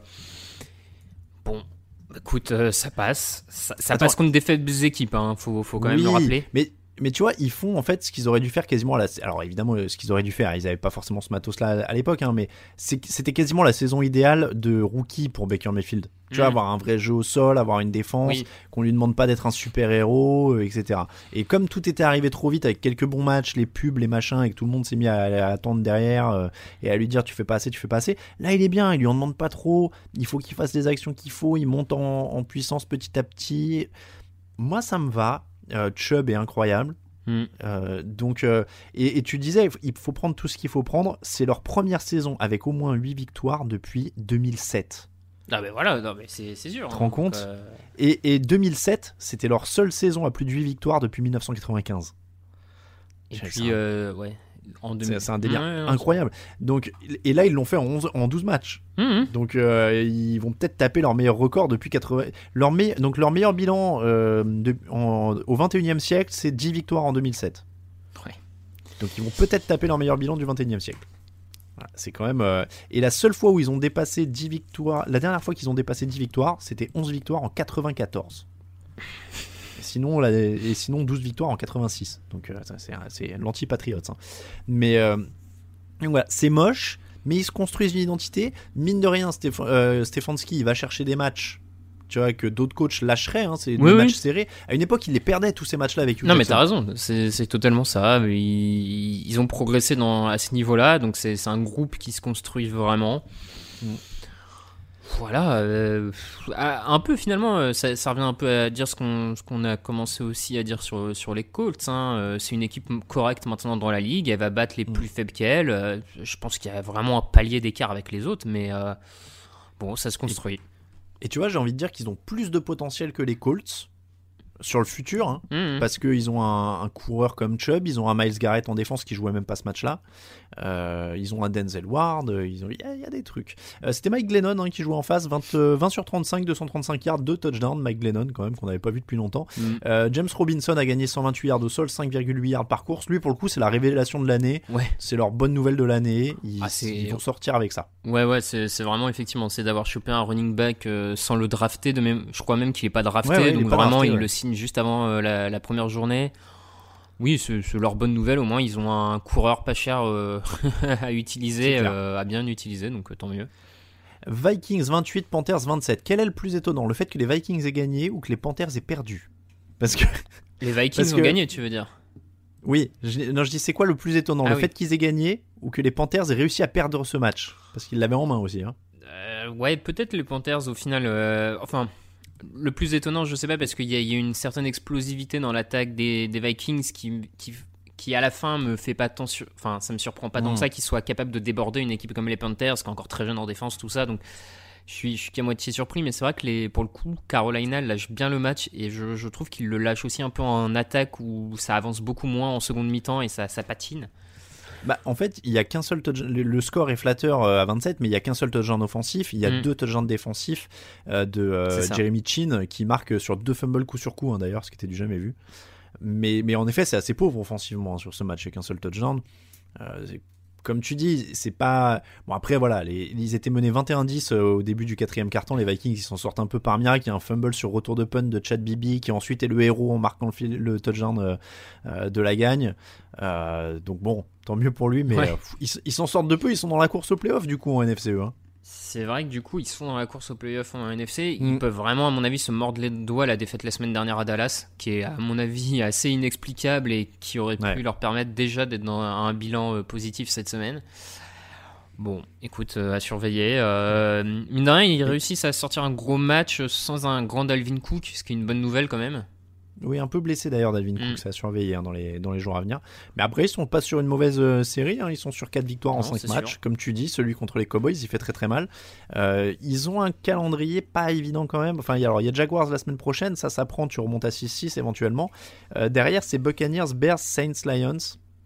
bon, écoute, euh, ça passe, ça, ça passe contre des faibles équipes. Hein. Faut faut quand oui, même le rappeler. Mais Mais tu vois, ils font en fait ce qu'ils auraient dû faire quasiment à la... Alors évidemment, ce qu'ils auraient dû faire, ils n'avaient pas forcément ce matos-là à l'époque, hein, mais c'est... c'était quasiment la saison idéale de rookie pour Baker Mayfield. Tu mmh. vois, avoir un vrai jeu au sol, avoir une défense, oui. qu'on lui demande pas d'être un super-héros, et cetera. Et comme tout était arrivé trop vite avec quelques bons matchs, les pubs, les machins, et que tout le monde s'est mis à, à attendre derrière euh, et à lui dire tu fais pas assez, tu fais pas assez, là il est bien, il lui en demande pas trop, il faut qu'il fasse les actions qu'il faut, il monte en, en puissance petit à petit. Moi ça me va, euh, Chubb est incroyable. Mmh. Euh, donc euh, et, et tu disais il faut prendre tout ce qu'il faut prendre, c'est leur première saison avec au moins huit victoires depuis deux mille sept. Ah ben voilà, non mais c'est, c'est sûr. Tu te rends compte euh... et, et deux mille sept c'était leur seule saison à plus de huit victoires depuis dix-neuf cent quatre-vingt-quinze. Et J'ai puis euh, ouais en deux mille... c'est, c'est un délire ouais, ouais, incroyable. Donc, et là ils l'ont fait en, onze, en douze matchs. Mmh. Donc euh, ils vont peut-être taper leur meilleur record depuis quatre-vingts. Leur me... Donc leur meilleur bilan euh, de... en... au vingt et unième siècle c'est dix victoires en deux mille sept. Ouais. Donc ils vont peut-être taper leur meilleur bilan du vingt et unième siècle. Voilà, c'est quand même euh... Et la seule fois où ils ont dépassé dix victoires, la dernière fois qu'ils ont dépassé dix victoires, c'était onze victoires en quatre-vingt-quatorze. Sinon, la, et sinon douze victoires en quatre-vingt-six. Donc euh, c'est, c'est l'anti-Patriots. Hein. Mais euh, donc voilà, c'est moche, mais ils se construisent une identité. Mine de rien, Stéph- euh, Stefanski, il va chercher des matchs, tu vois, que d'autres coachs lâcheraient. Hein, c'est oui, des oui. matchs serrés. À une époque, ils les perdaient tous ces matchs-là avec Hugh Non, Jackson. mais t'as raison. C'est, c'est totalement ça. Ils, ils ont progressé dans, à ce niveau-là. Donc c'est, c'est un groupe qui se construit vraiment. Mm. Voilà, euh, un peu finalement, ça, ça revient un peu à dire ce qu'on, ce qu'on a commencé aussi à dire sur, sur les Colts. Hein. C'est une équipe correcte maintenant dans la ligue, elle va battre les plus faibles qu'elle. Je pense qu'il y a vraiment un palier d'écart avec les autres, mais euh, bon, ça se construit. Et, et tu vois, j'ai envie de dire qu'ils ont plus de potentiel que les Colts sur le futur, hein, mmh. parce qu'ils ont un, un coureur comme Chubb, ils ont un Myles Garrett en défense qui jouait même pas ce match-là, euh, ils ont un Denzel Ward, ils ont, il y, y a des trucs. Euh, c'était Mike Glennon hein, qui jouait en face, vingt, vingt sur trente-cinq, deux cent trente-cinq yards, deux touchdowns, Mike Glennon quand même qu'on n'avait pas vu depuis longtemps. Mmh. Euh, James Robinson a gagné cent vingt-huit yards au sol, cinq virgule huit yards par course. Lui pour le coup c'est la révélation de l'année, ouais. C'est leur bonne nouvelle de l'année, ils, ah, ils vont sortir avec ça. Ouais ouais, c'est, c'est vraiment effectivement, c'est d'avoir chopé un running back euh, sans le drafter, de même, je crois même qu'il est pas drafté, ouais, ouais, donc pas vraiment drafté, il ouais. le signe juste avant euh, la, la première journée. Oui, c'est, c'est leur bonne nouvelle, au moins ils ont un coureur pas cher euh, à utiliser, euh, à bien utiliser, donc euh, tant mieux. Vikings vingt-huit, Panthers vingt-sept. Quel est le plus étonnant, le fait que les Vikings aient gagné ou que les Panthers aient perdu? Parce que les Vikings parce ont que... gagné, tu veux dire? Oui, je, non, je dis c'est quoi le plus étonnant, ah, le oui. fait qu'ils aient gagné ou que les Panthers aient réussi à perdre ce match? Parce qu'ils l'avaient en main aussi. Hein. Euh, ouais, peut-être les Panthers au final. Euh, enfin. Le plus étonnant, je sais pas, parce qu'il y a, il y a une certaine explosivité dans l'attaque des, des Vikings qui, qui, qui, à la fin, me fait pas tant sur... Enfin, ça me surprend pas tant mmh. que ça qu'ils soient capables de déborder une équipe comme les Panthers, qui est encore très jeune en défense, tout ça. Donc, je suis, je suis qu'à moitié surpris, mais c'est vrai que les, pour le coup, Carolina lâche bien le match et je, je trouve qu'ils le lâchent aussi un peu en attaque où ça avance beaucoup moins en seconde mi-temps et ça, ça patine. Bah, en fait, il y a qu'un seul touchdown. Le score est flatteur à vingt-sept, mais il y a qu'un seul touchdown offensif. Il y a mmh. deux touchdowns défensifs euh, de euh, Jeremy Chin qui marque sur deux fumbles coup sur coup, hein, d'ailleurs, ce qui était du jamais vu. Mais, mais en effet, c'est assez pauvre offensivement hein, sur ce match, avec un seul touchdown. Euh, comme tu dis, c'est pas. Bon, après, voilà, les... ils étaient menés vingt et un dix au début du quatrième quart-temps. Les Vikings, ils s'en sortent un peu par miracle. Il y a un fumble sur retour de punt de Chad Beebe qui ensuite est le héros en marquant le, fil... le touchdown euh, euh, de la gagne. Euh, donc bon, tant mieux pour lui, mais ouais. euh, ils, ils s'en sortent de peu. Ils sont dans la course au play-off du coup en N F C E. Hein. C'est vrai que du coup, ils sont dans la course au play-off en N F C. Ils mm. peuvent vraiment, à mon avis, se mordre les doigts la défaite la semaine dernière à Dallas, qui est, à mon avis, assez inexplicable et qui aurait pu ouais. leur permettre déjà d'être dans un bilan euh, positif cette semaine. Bon, écoute, euh, à surveiller. Euh, mine de rien, ils réussissent à sortir un gros match sans un grand Dalvin Cook, ce qui est une bonne nouvelle quand même. Oui, un peu blessé d'ailleurs Dalvin Cook, mm. ça a surveillé hein, dans, les, dans les jours à venir. Mais après, ils sont pas sur une mauvaise euh, série, hein, ils sont sur quatre victoires non, en cinq matchs. Sûr. Comme tu dis, celui contre les Cowboys, il fait très très mal. Euh, ils ont un calendrier pas évident quand même. Enfin, il y a, alors, il y a Jaguars la semaine prochaine, ça, ça prend, tu remontes à six six éventuellement. Euh, derrière, c'est Buccaneers, Bears, Saints, Lions.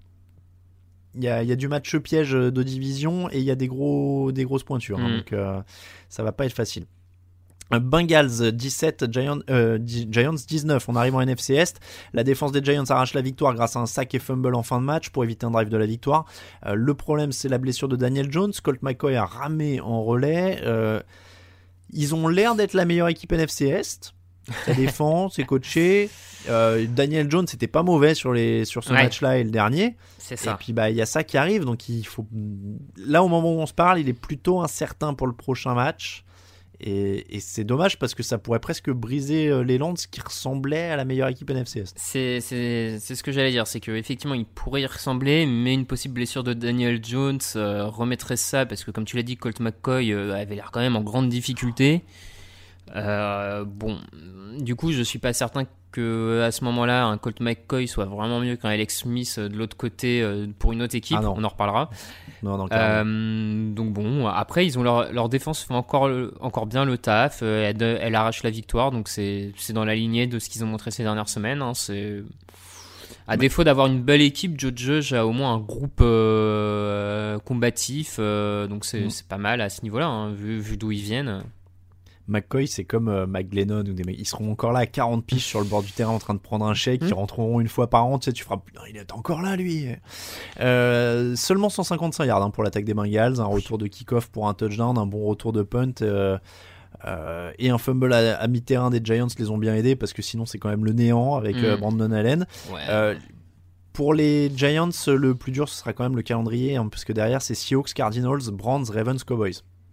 Il y, a, il y a du match piège de division et il y a des, gros, des grosses pointures. Mm. Hein, donc, euh, ça va pas être facile. Bengals dix-sept, Giants, euh, Giants dix-neuf. On arrive en N F C Est. La défense des Giants arrache la victoire grâce à un sack et fumble en fin de match pour éviter un drive de la victoire. Euh, le problème, c'est la blessure de Daniel Jones. Colt McCoy a ramé en relais. Euh, ils ont l'air d'être la meilleure équipe N F C Est. Ça défend, c'est coaché. Euh, Daniel Jones, c'était pas mauvais sur, les, sur ce ouais. match-là et le dernier. C'est ça. Et puis, bah, il y a ça qui arrive. Donc, il faut. Là, au moment où on se parle, il est plutôt incertain pour le prochain match. Et, et c'est dommage parce que ça pourrait presque briser l'élan de ce qui ressemblait à la meilleure équipe N F C Est. C'est, c'est, c'est ce que j'allais dire, c'est qu'effectivement il pourrait y ressembler, mais une possible blessure de Daniel Jones euh, remettrait ça, parce que comme tu l'as dit, Colt McCoy euh, avait l'air quand même en grande difficulté. Euh, bon, du coup je suis pas certain que à ce moment-là un Colt McCoy soit vraiment mieux qu'un Alex Smith de l'autre côté euh, pour une autre équipe. Ah on en reparlera. Non, non, euh, donc bon, après ils ont leur, leur défense fait encore encore bien le taf. Elle, elle arrache la victoire, donc c'est c'est dans la lignée de ce qu'ils ont montré ces dernières semaines. Hein, c'est à ouais. défaut d'avoir une belle équipe, Joe Judge a au moins un groupe euh, combatif, euh, donc c'est mmh. c'est pas mal à ce niveau-là, hein, vu vu d'où ils viennent. McCoy, c'est comme euh, McGlennon ou des mecs. Ils seront encore là à quarante piges sur le bord du terrain en train de prendre un chèque. Mmh. Ils rentreront une fois par an. Tu sais, tu feras. Non, il est encore là, lui. Euh, seulement cent cinquante-cinq yards hein, pour l'attaque des Bengals. Un retour de kick-off pour un touchdown. Un bon retour de punt. Euh, euh, et un fumble à, à mi-terrain des Giants les ont bien aidés parce que sinon, c'est quand même le néant avec mmh. euh, Brandon Allen. Ouais. Euh, pour les Giants, le plus dur, ce sera quand même le calendrier. Hein, parce que derrière, c'est Seahawks, Cardinals, Browns, Ravens, Cowboys.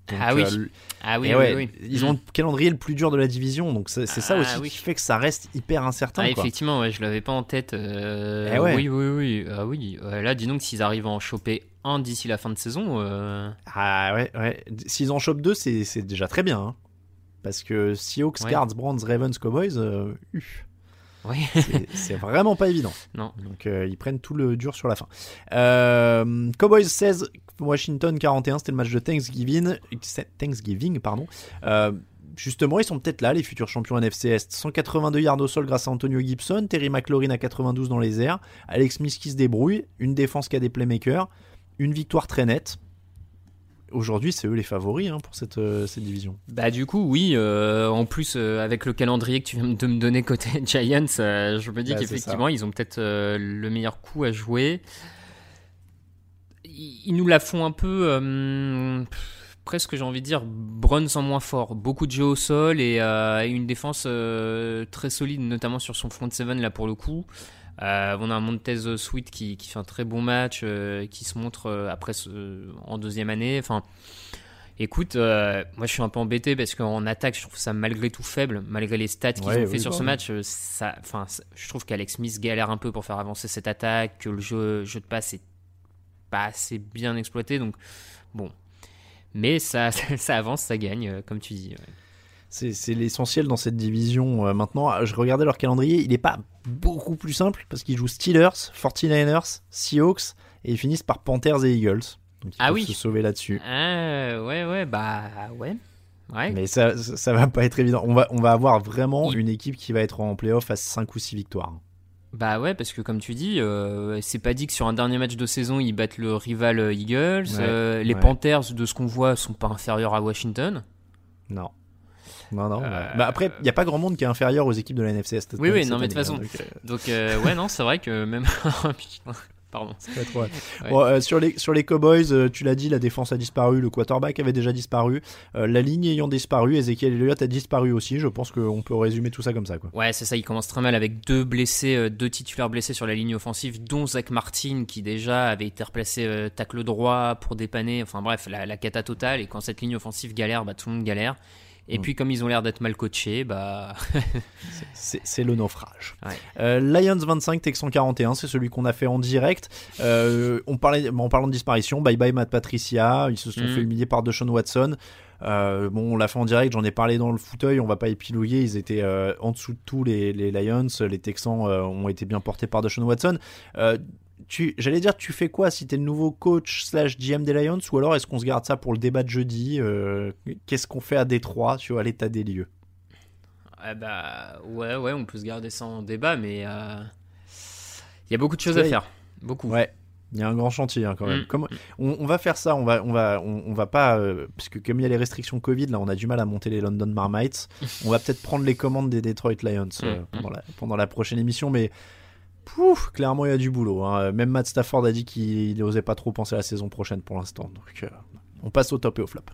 Donc, ah oui, euh, ah oui, ouais, oui, oui. Ils ont le calendrier le plus dur de la division, donc c'est, c'est ça ah, aussi oui. qui fait que ça reste hyper incertain. Ah, quoi. effectivement, ouais, je l'avais pas en tête. Euh, eh ouais. Oui, oui, oui. Ah, oui. Euh, là, dis donc, s'ils arrivent à en choper un d'ici la fin de saison. Euh... Ah ouais, ouais. S'ils en chopent deux, c'est, c'est déjà très bien. Hein. Parce que Seahawks, ouais. Cards, Browns, Ravens, Cowboys, euh, uh, oui. c'est, c'est vraiment pas évident. Non. Donc euh, ils prennent tout le dur sur la fin. Euh, Cowboys seize, Washington quarante et un, c'était le match de Thanksgiving. Thanksgiving, pardon. Euh, justement, ils sont peut-être là, les futurs champions N F C Est. cent quatre-vingt-deux yards au sol grâce à Antonio Gibson, Terry McLaurin à quatre-vingt-douze dans les airs, Alex Smith qui se débrouille, une défense qui a des playmakers, une victoire très nette. Aujourd'hui, c'est eux les favoris hein, pour cette, euh, cette division. Bah du coup, oui. Euh, en plus, euh, avec le calendrier que tu viens de me donner côté Giants, euh, je me dis bah, qu'effectivement, ils ont peut-être euh, le meilleur coup à jouer. Ils, ils nous la font un peu, euh, presque j'ai envie de dire, Browns en moins fort. Beaucoup de jeux au sol et euh, une défense euh, très solide, notamment sur son front seven là pour le coup. Euh, on a un Montez Sweat qui, qui fait un très bon match, euh, qui se montre euh, après euh, en deuxième année. Enfin, écoute, euh, moi je suis un peu embêté parce qu'en attaque, je trouve ça malgré tout faible, malgré les stats qu'ils ouais, ont oui, fait sur ce match. Ça, enfin, ça, je trouve qu'Alex Smith galère un peu pour faire avancer cette attaque, que le jeu, jeu de passe est pas assez bien exploité. Donc, bon, mais ça, ça avance, ça gagne, euh, comme tu dis. Ouais. C'est, c'est l'essentiel dans cette division. Euh, maintenant, je regardais leur calendrier, il n'est pas beaucoup plus simple parce qu'ils jouent Steelers, forty-niners, Seahawks et ils finissent par Panthers et Eagles. Donc ils ah peuvent oui. se sauver là-dessus. Ah ouais, ouais, bah ouais. ouais. Mais ça, ça, ça va pas être évident. On va, on va avoir vraiment il... une équipe qui va être en playoff à cinq ou six victoires. Bah ouais, parce que comme tu dis, euh, c'est pas dit que sur un dernier match de saison, ils battent le rival Eagles. Ouais, euh, les ouais. Panthers, de ce qu'on voit, sont pas inférieurs à Washington. Non. Non, non. Euh... Bah après, il n'y a pas grand monde qui est inférieur aux équipes de la N F C Est. Oui, oui, non, mais de toute façon. Hein, donc, euh... donc euh, ouais, non, c'est vrai que même. Pardon. C'est pas trop, ouais. Ouais. Bon, euh, sur, les, sur les Cowboys, euh, tu l'as dit, la défense a disparu, le quarterback avait déjà disparu, euh, la ligne ayant disparu, Ezekiel Elliott a disparu aussi. Je pense qu'on peut résumer tout ça comme ça, quoi. Ouais, c'est ça. Il commence très mal avec deux blessés, euh, deux titulaires blessés sur la ligne offensive, dont Zach Martin qui déjà avait été replacé euh, tacle droit pour dépanner. Enfin bref, la, la cata totale. Et quand cette ligne offensive galère, bah, tout le monde galère. Et mmh. puis comme ils ont l'air d'être mal coachés, bah c'est, c'est, c'est le naufrage. Ouais. Euh, Lions vingt-cinq, Texans quarante et un, c'est celui qu'on a fait en direct. Euh, on parlait, en parlant de disparition, bye bye Matt Patricia, ils se sont mmh. fait humilier par Deshaun Watson. Euh, bon, on l'a fait en direct, j'en ai parlé dans le fauteuil, on va pas épiloguer. Ils étaient euh, en dessous de tout les, les Lions, les Texans euh, ont été bien portés par Deshaun Watson. Euh, Tu, j'allais dire, tu fais quoi si t'es le nouveau coach slash G M des Lions, ou alors est-ce qu'on se garde ça pour le débat de jeudi euh, qu'est-ce qu'on fait à Détroit sur l'état des lieux? Ah bah ouais, ouais, on peut se garder ça en débat, mais il euh, y a beaucoup de choses ouais, à faire, beaucoup. Ouais, il y a un grand chantier hein, quand même. Mmh. Comme, on, on va faire ça, on va, on va, on, on va pas, euh, parce que comme il y a les restrictions Covid, là, on a du mal à monter les London Marmites. On va peut-être prendre les commandes des Detroit Lions euh, mmh. pendant, la, pendant la prochaine émission, mais. Pouf, clairement il y a du boulot hein. Même Matt Stafford a dit qu'il n'osait pas trop penser à la saison prochaine pour l'instant. Donc euh, on passe au top et au flop.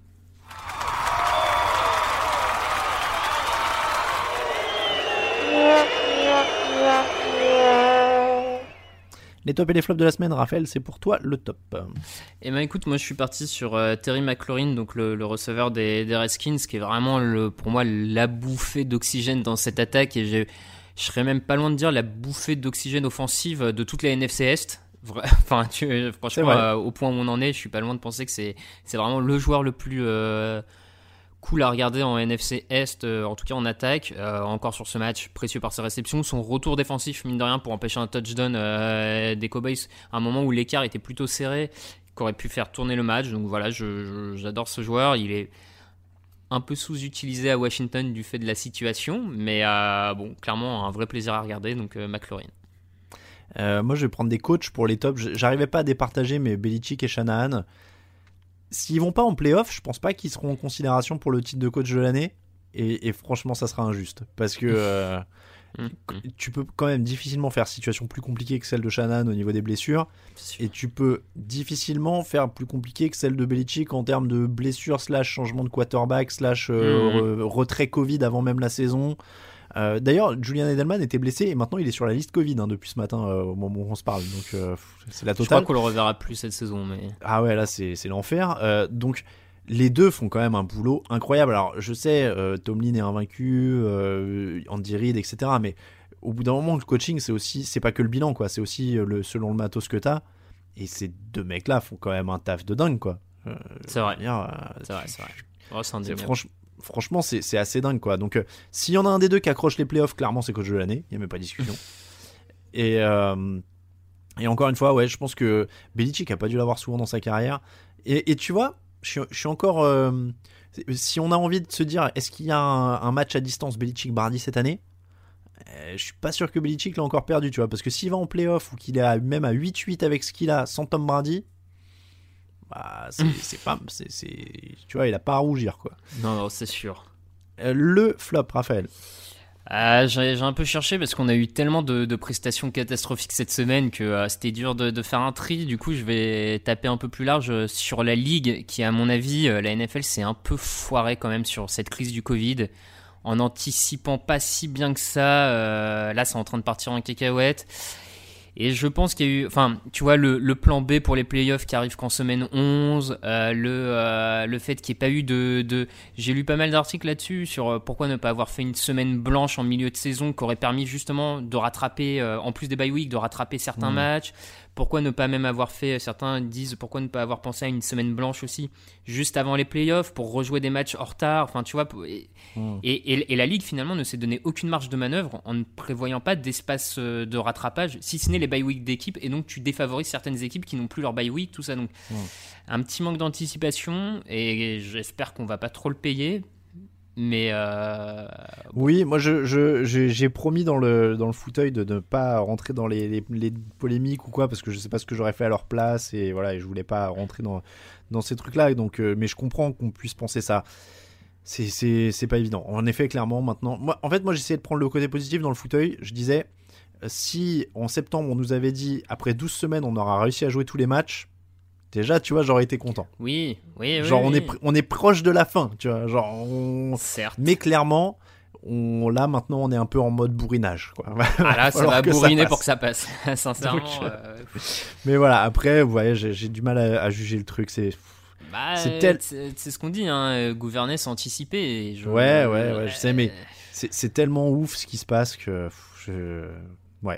Les tops et les flops de la semaine, Raphaël, c'est pour toi le top. Eh ben écoute, moi je suis parti sur euh, Terry McLaurin, donc le, le receveur des, des Redskins, qui est vraiment le, pour moi la bouffée d'oxygène dans cette attaque, et j'ai Je serais même pas loin de dire la bouffée d'oxygène offensive de toute la N F C Est. Enfin, tu, franchement, euh, au point où on en est, je suis pas loin de penser que c'est, c'est vraiment le joueur le plus euh, cool à regarder en N F C Est, euh, en tout cas en attaque. Euh, encore sur ce match, précieux par ses réceptions. Son retour défensif, mine de rien, pour empêcher un touchdown euh, des Cowboys à un moment où l'écart était plutôt serré, qui aurait pu faire tourner le match. Donc voilà, je, je, j'adore ce joueur. Il est un peu sous-utilisé à Washington du fait de la situation, mais euh, bon, clairement un vrai plaisir à regarder, donc euh, McLaurin. Euh, moi je vais prendre des coachs pour les tops. J'arrivais pas à départager, mais Belichick et Shanahan, s'ils vont pas en playoff, je pense pas qu'ils seront en considération pour le titre de coach de l'année, et, et franchement ça sera injuste, parce que euh, mmh. tu peux quand même difficilement faire situation plus compliquée que celle de Shanahan au niveau des blessures, et tu peux difficilement faire plus compliqué que celle de Belichick en termes de blessures slash changement de quarterback slash euh, mmh. re- retrait Covid avant même la saison. Euh, d'ailleurs, Julian Edelman était blessé et maintenant il est sur la liste Covid hein, depuis ce matin euh, au moment où on se parle, donc euh, c'est la totale. Je crois qu'on le reverra plus cette saison, mais ah ouais, là c'est, c'est l'enfer. Euh, donc les deux font quand même un boulot incroyable. Alors je sais, euh, Tomlin est invaincu, euh, Andy Reid, et cetera. Mais au bout d'un moment, le coaching, c'est aussi, c'est pas que le bilan, quoi. C'est aussi le, selon le matos que t'as. Et ces deux mecs-là font quand même un taf de dingue, quoi. Euh, c'est vrai. Dire, euh, c'est vrai, c'est vrai. Oh, c'est c'est franch- franchement, c'est, c'est assez dingue, quoi. Donc, euh, s'il y en a un des deux qui accroche les playoffs, clairement, c'est coach de l'année. Il n'y a même pas de discussion. et, euh, et encore une fois, ouais, je pense que Belichick a pas dû l'avoir souvent dans sa carrière. Et, et tu vois, je suis, je suis encore. Euh, si on a envie de se dire, est-ce qu'il y a un, un match à distance Belichick-Brady cette année? euh, Je suis pas sûr que Belichick l'a encore perdu, tu vois. Parce que s'il va en playoff ou qu'il est à, même à huit huit avec ce qu'il a sans Tom Brady. Bah, c'est, c'est pas, c'est, c'est, tu vois, il a pas à rougir, quoi. Non, non, c'est sûr. Euh, le flop, Raphaël. Euh, j'ai, j'ai un peu cherché parce qu'on a eu tellement de, de prestations catastrophiques cette semaine que euh, c'était dur de, de faire un tri. Du coup, je vais taper un peu plus large sur la ligue qui, à mon avis, euh, la N F L s'est un peu foirée quand même sur cette crise du Covid. En anticipant pas si bien que ça, euh, là, c'est en train de partir en cacahuète. Et je pense qu'il y a eu, enfin, tu vois, le, le plan B pour les playoffs qui arrive qu'en semaine onze, euh, le, euh, le fait qu'il n'y ait pas eu de, de... J'ai lu pas mal d'articles là-dessus sur euh, pourquoi ne pas avoir fait une semaine blanche en milieu de saison qui aurait permis justement de rattraper, euh, en plus des bye week, de rattraper certains mmh. matchs. Pourquoi ne pas même avoir fait, certains disent, pourquoi ne pas avoir pensé à une semaine blanche aussi, juste avant les playoffs, pour rejouer des matchs en retard, enfin tu vois, et, mmh. et, et, et la Ligue finalement ne s'est donné aucune marge de manœuvre en ne prévoyant pas d'espace de rattrapage, si ce n'est les bye week d'équipes, et donc tu défavorises certaines équipes qui n'ont plus leur bye week, tout ça, donc mmh. un petit manque d'anticipation, et j'espère qu'on va pas trop le payer. Mais euh... oui, moi je, je, j'ai, j'ai promis dans le, dans le fauteuil de ne pas rentrer dans les, les, les polémiques ou quoi, parce que je sais pas ce que j'aurais fait à leur place et voilà, et je voulais pas rentrer dans, dans ces trucs-là. Donc, euh, mais je comprends qu'on puisse penser ça. C'est, c'est, c'est pas évident. En effet, clairement, maintenant. Moi, en fait, moi j'essayais de prendre le côté positif dans le fauteuil. Je disais, si en septembre on nous avait dit, après douze semaines, on aura réussi à jouer tous les matchs. Déjà, tu vois, j'aurais été content. Oui, oui, oui. Genre, oui, on, oui. Est, on est proche de la fin, tu vois. Genre, on... Certes. Mais clairement, on... là, maintenant, on est un peu en mode bourrinage, quoi. Ah là, ça va bourriner ça pour que ça passe, sincèrement. Donc, euh... Mais voilà, après, vous voyez, j'ai, j'ai du mal à, à juger le truc. C'est, bah, c'est, tel... c'est, c'est ce qu'on dit, hein, gouverner, c'est anticiper. Je... Ouais, ouais, ouais, je sais, mais c'est, c'est tellement ouf ce qui se passe que... Je... Ouais.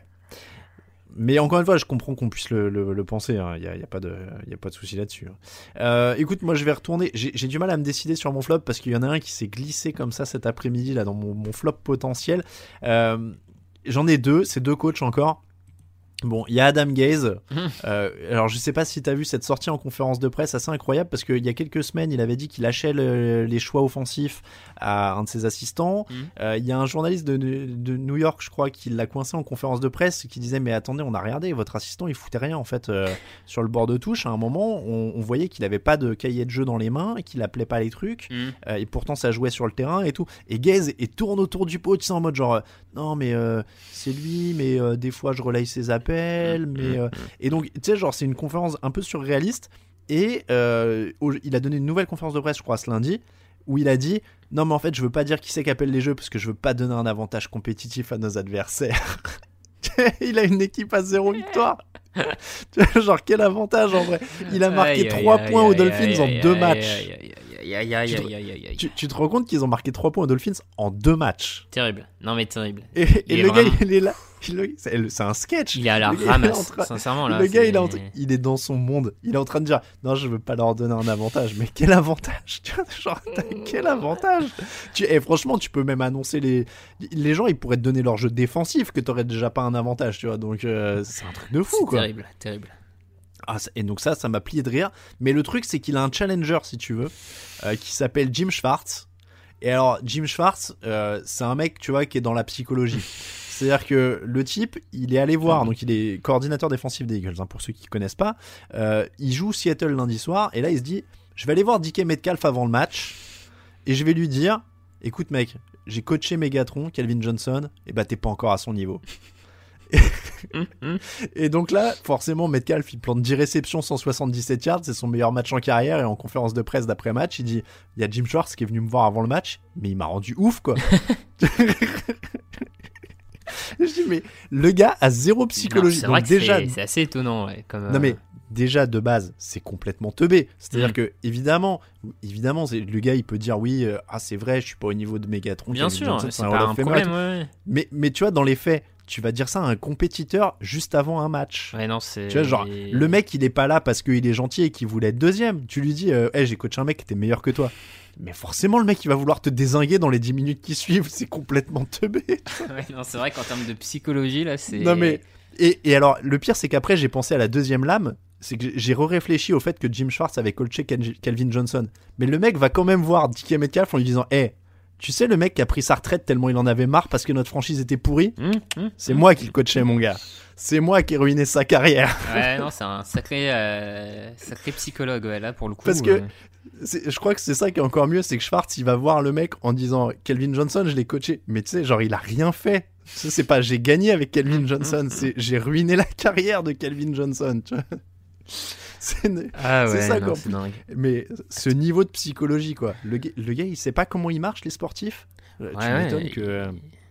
Mais encore une fois, je comprends qu'on puisse le, le, le penser. Il hein. n'y a, y a pas de, y a pas de souci là-dessus. Hein. Euh, écoute, moi, je vais retourner. J'ai, j'ai du mal à me décider sur mon flop parce qu'il y en a un qui s'est glissé comme ça cet après-midi là dans mon, mon flop potentiel. Euh, j'en ai deux. C'est deux coachs encore. Bon, il y a Adam Gaze. Mmh. Euh, alors, je sais pas si tu as vu cette sortie en conférence de presse assez incroyable parce qu'il y a quelques semaines, il avait dit qu'il lâchait le, les choix offensifs à un de ses assistants. Mmh. Euh, il y a un journaliste de, de New York, je crois, qui l'a coincé en conférence de presse qui disait mais attendez, on a regardé, votre assistant il foutait rien en fait euh, sur le bord de touche. À un moment, on, on voyait qu'il avait pas de cahier de jeu dans les mains et qu'il appelait pas les trucs. Mmh. Euh, et pourtant, ça jouait sur le terrain et tout. Et Gaze il tourne autour du pot, tu sais, en mode genre non mais euh, c'est lui, mais euh, des fois je relaye ses appels. Mais euh, et donc tu sais genre c'est une conférence un peu surréaliste et euh, il a donné une nouvelle conférence de presse je crois ce lundi où il a dit non mais en fait je veux pas dire qui c'est qui appelle les jeux parce que je veux pas donner un avantage compétitif à nos adversaires. Il a une équipe à zéro victoire. Genre quel avantage en vrai. Il a marqué trois points aux Dolphins en deux matchs. Tu, tu te rends compte qu'ils ont marqué trois points aux Dolphins en deux matchs. Terrible. Non mais terrible. Et, et le vraiment... gars il est là. Il, c'est, c'est un sketch. Il est à la le ramasse. Train, sincèrement là. Le gars c'est... il, est en, il est dans son monde. Il est en train de dire non je veux pas leur donner un avantage. Mais quel avantage. Tu vois, genre quel avantage. Tu, et franchement tu peux même annoncer les les gens ils pourraient te donner leur jeu défensif que t'aurais déjà pas un avantage tu vois donc euh, c'est un truc de fou c'est quoi. Terrible terrible. Ah, et donc ça, ça m'a plié de rire. Mais le truc, c'est qu'il a un challenger, si tu veux, euh, qui s'appelle Jim Schwartz. Et alors, Jim Schwartz, euh, c'est un mec, tu vois, qui est dans la psychologie. C'est-à-dire que le type, il est allé voir, donc il est coordinateur défensif des Eagles, hein, pour ceux qui ne connaissent pas. Euh, il joue Seattle lundi soir, et là, il se dit, je vais aller voir D K Metcalf avant le match, et je vais lui dire, écoute mec, j'ai coaché Megatron, Calvin Johnson, et bah t'es pas encore à son niveau. Et donc là, forcément, Metcalf il plante dix réceptions, cent soixante-dix-sept yards, c'est son meilleur match en carrière. Et en conférence de presse d'après match, il dit il y a Jim Schwartz qui est venu me voir avant le match, mais il m'a rendu ouf quoi. Je dis, mais le gars a zéro psychologie. Non, c'est vrai Donc, que déjà, c'est, c'est assez étonnant. Ouais, comme, non, euh... mais déjà, de base, c'est complètement teubé. C'est-à-dire Mm. que, évidemment, évidemment c'est, le gars, il peut dire, oui, euh, ah, c'est vrai, je suis pas au niveau de Megatron. Bien Kevin sûr, Johnson, c'est un pas Hall un of Famer problème. et tout. Ouais, ouais. Mais, mais tu vois, dans les faits, tu vas dire ça à un compétiteur juste avant un match. Ouais, non, c'est... Tu vois, genre, le mec, il est pas là parce qu'il est gentil et qu'il voulait être deuxième. Tu lui dis, euh, hey, j'ai coaché un mec qui était meilleur que toi. Mais forcément, le mec, il va vouloir te dézinguer dans les dix minutes qui suivent. C'est complètement teubé. Ouais, non, c'est vrai qu'en termes de psychologie, là, c'est... Non, mais... Et, et alors, le pire, c'est qu'après, j'ai pensé à la deuxième lame. C'est que j'ai re-réfléchi au fait que Jim Schwartz avait coaché Calvin Johnson. Mais le mec va quand même voir D K Metcalf en lui disant, hey, tu sais, le mec qui a pris sa retraite tellement il en avait marre parce que notre franchise était pourrie, mmh, mmh, c'est mmh. moi qui le coachais, mon gars. C'est moi qui ai ruiné sa carrière. Ouais, non, c'est un sacré, euh, sacré psychologue, ouais, là, pour le coup. Parce que euh... c'est, je crois que c'est ça qui est encore mieux, c'est que Schwartz, il va voir le mec en disant, Calvin Johnson, je l'ai coaché. Mais tu sais, genre, il a rien fait. Ça, c'est pas j'ai gagné avec Calvin Johnson, c'est j'ai ruiné la carrière de Calvin Johnson, tu vois. C'est, ah ouais, c'est ça, non, quoi. C'est dingue. Mais ce niveau de psychologie, quoi. Le, le gars, il sait pas comment ils marchent, les sportifs. Ouais, tu ouais, m'étonnes ouais, que... il... Euh,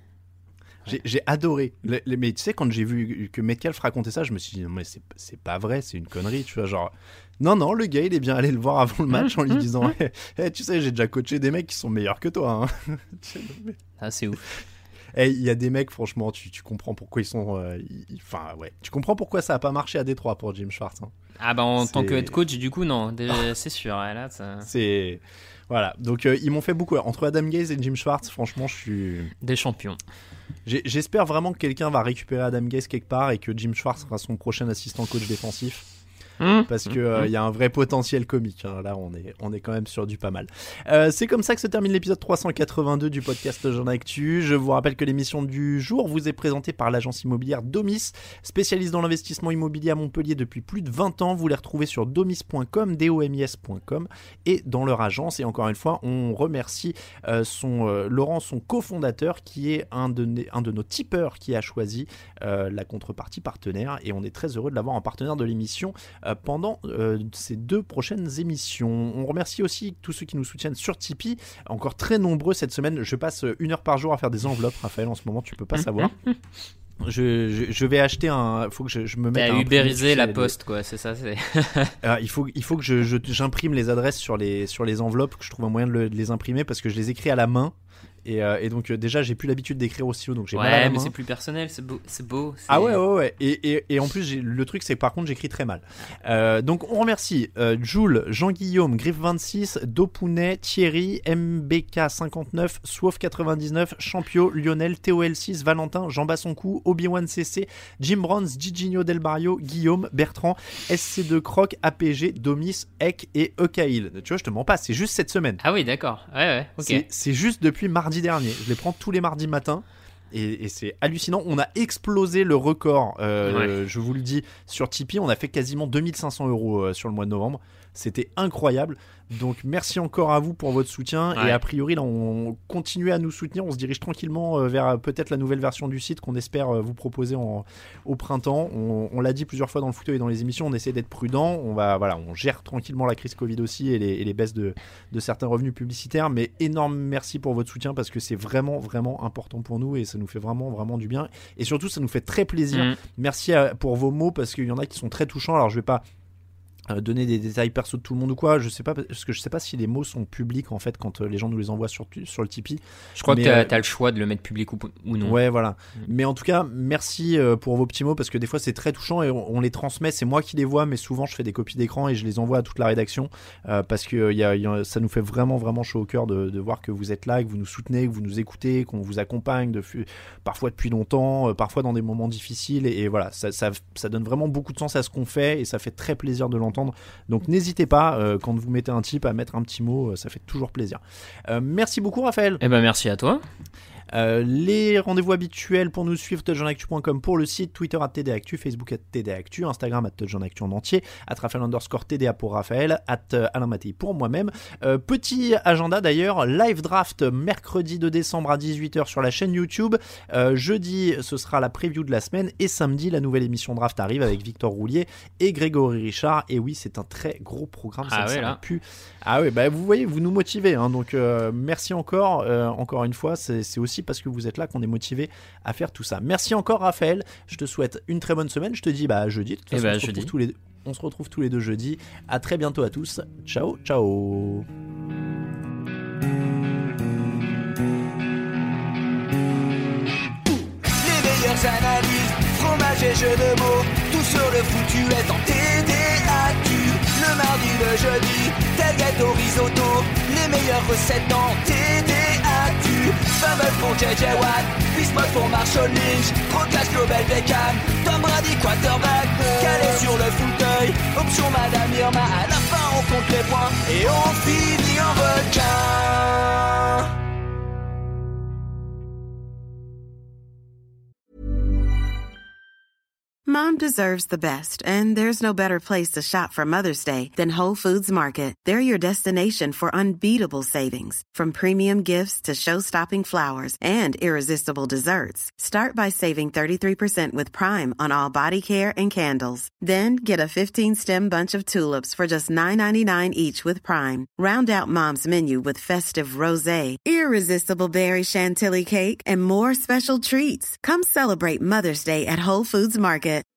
j'ai, j'ai adoré. Le, le, mais tu sais, quand j'ai vu que Metcalf racontait ça, je me suis dit, non, mais c'est, c'est pas vrai, c'est une connerie, tu vois, genre... Non, non, le gars, il est bien allé le voir avant le match en lui disant, hey, hey, tu sais, j'ai déjà coaché des mecs qui sont meilleurs que toi. Hein. Ah, c'est ouf. Il hey, y a des mecs, franchement, tu, tu comprends pourquoi ils sont... Enfin, euh, ouais. Tu comprends pourquoi ça a pas marché à Détroit pour Jim Schwartz. Hein. Ah bah en c'est... tant que head coach, du coup, non. Déjà, c'est sûr. Ouais, là, ça... C'est... Voilà. Donc, euh, ils m'ont fait beaucoup. Entre Adam Gase et Jim Schwartz, franchement, je suis... Des champions. J'ai, j'espère vraiment que quelqu'un va récupérer Adam Gase quelque part et que Jim Schwartz sera son prochain assistant coach défensif. Mmh, parce que il euh, mmh. y a un vrai potentiel comique, hein. Là on est, on est quand même sur du pas mal. euh, C'est comme ça que se termine l'épisode trois cent quatre-vingt-deux du podcast Jean Actu. Je vous rappelle que l'émission du jour vous est présentée par l'agence immobilière Domis, spécialiste dans l'investissement immobilier à Montpellier depuis plus de vingt ans. Vous les retrouvez sur domis point com, D O M I S point com, et dans leur agence. Et encore une fois, on remercie euh, son, euh, Laurent, son cofondateur, qui est un de, un de nos tipeurs qui a choisi euh, la contrepartie partenaire, et on est très heureux de l'avoir en partenaire de l'émission pendant euh, ces deux prochaines émissions. On remercie aussi tous ceux qui nous soutiennent sur Tipeee, encore très nombreux cette semaine. Je passe une heure par jour à faire des enveloppes, Raphaël, en ce moment, tu peux pas savoir. Je, je, je vais acheter un... faut que je, je me mette à à ubériser la poste, des... quoi, c'est ça. C'est... Alors, il faut, il faut que je, je, j'imprime les adresses sur les, sur les enveloppes, que je trouve un moyen de, le, de les imprimer, parce que je les écris à la main. Et, euh, et donc euh, déjà j'ai plus l'habitude d'écrire au stylo, donc j'ai ouais, mal à la mais main. c'est plus personnel, c'est beau, c'est beau. C'est... Ah ouais ouais ouais. Et, et, et en plus j'ai, le truc c'est que par contre j'écris très mal. Euh, donc on remercie euh, Jules, Jean-Guillaume, Griff vingt-six, Dopounet, Thierry, M B K cinquante-neuf, Swauf quatre-vingt-dix-neuf, Champio, Lionel, T O L six, Valentin, Jean Bassonkou, Obi-Wan C C, Jim Bronze, Giginho Del Barrio, Guillaume, Bertrand, S C deux Croc, A P G, Domis, Ek et Ekail. Tu vois, je te mens pas, c'est juste cette semaine. Ah oui, d'accord. Ouais ouais. Ok. C'est, c'est juste depuis mardi dernier. Je les prends tous les mardis matin et, et c'est hallucinant. On a explosé le record, euh, ouais. Je vous le dis, sur Tipeee. On a fait quasiment deux mille cinq cents euros euh, sur le mois de novembre. C'était incroyable. Donc merci encore à vous pour votre soutien. Ouais. Et a priori là on continue à nous soutenir. On se dirige tranquillement euh, vers peut-être la nouvelle version du site qu'on espère euh, vous proposer en, au printemps. On, on l'a dit plusieurs fois dans le fauteuil et dans les émissions, on essaie d'être prudent. On va voilà, on gère tranquillement la crise Covid aussi et les, et les baisses de, de certains revenus publicitaires. Mais énorme merci pour votre soutien parce que c'est vraiment vraiment important pour nous et ça nous fait vraiment vraiment du bien. Et surtout ça nous fait très plaisir. Mmh. Merci à, pour vos mots parce qu'il y en a qui sont très touchants. Alors je vais pas Euh, donner des détails perso de tout le monde ou quoi, je sais pas, parce que je sais pas si les mots sont publics en fait quand euh, les gens nous les envoient sur, sur le Tipeee. Je crois mais, que t'as, euh, t'as le choix de le mettre public ou, ou non. Ouais, voilà. Mmh. Mais en tout cas, merci euh, pour vos petits mots parce que des fois c'est très touchant et on, on les transmet. C'est moi qui les vois, mais souvent je fais des copies d'écran et je les envoie à toute la rédaction euh, parce que y a, y a, ça nous fait vraiment vraiment chaud au cœur de, de voir que vous êtes là, que vous nous soutenez, que vous nous écoutez, qu'on vous accompagne de, parfois depuis longtemps, euh, parfois dans des moments difficiles et, et voilà, ça, ça, ça donne vraiment beaucoup de sens à ce qu'on fait et ça fait très plaisir de l'entendre. Donc n'hésitez pas, euh, quand vous mettez un tip, à mettre un petit mot, euh, ça fait toujours plaisir. Euh, merci beaucoup Raphaël. Eh ben merci à toi. Euh, les rendez-vous habituels pour nous suivre, touchdown actu point com pour le site, Twitter at T D Actu, Facebook at T D Actu, Instagram at touchdown actu en entier, at Raphaël underscore T D A pour Raphaël, at Alain Mattei pour moi-même. Euh, petit agenda d'ailleurs, live draft mercredi deux décembre à dix-huit heures sur la chaîne YouTube. Euh, jeudi, ce sera la preview de la semaine et samedi, la nouvelle émission draft arrive avec Victor Roulier et Grégory Richard. Et oui, c'est un très gros programme. Ça ah ouais, là. Pu... Ah oui, bah vous voyez, vous nous motivez. Hein, donc euh, merci encore, euh, encore une fois. C'est, c'est aussi aussi parce que vous êtes là qu'on est motivé à faire tout ça. Merci encore Raphaël, je te souhaite une très bonne semaine, je te dis bah à jeudi, de toute façon bah, on, se retrouve tous les, on se retrouve tous les deux jeudi, à très bientôt à tous, ciao ciao. Les meilleures analyses, fromage et jeux de mots, tout sur le foutu est en T D A Q. Le mardi, le jeudi, tel gâteau risotto, les meilleures recettes en T D A Q. Fumble pour J J Watt, Bismuth pour Marshall Lynch, Proclash Global Beckham, Tom Brady quarterback, calé sur le fauteuil, option Madame Irma, à la fin on compte les points et on finit en requin. Mom deserves the best, and there's no better place to shop for Mother's Day than Whole Foods Market. They're your destination for unbeatable savings, from premium gifts to show-stopping flowers and irresistible desserts. Start by saving thirty-three percent with Prime on all body care and candles. Then get a fifteen-stem bunch of tulips for just nine ninety-nine each with Prime. Round out Mom's menu with festive rosé, irresistible berry chantilly cake, and more special treats. Come celebrate Mother's Day at Whole Foods Market.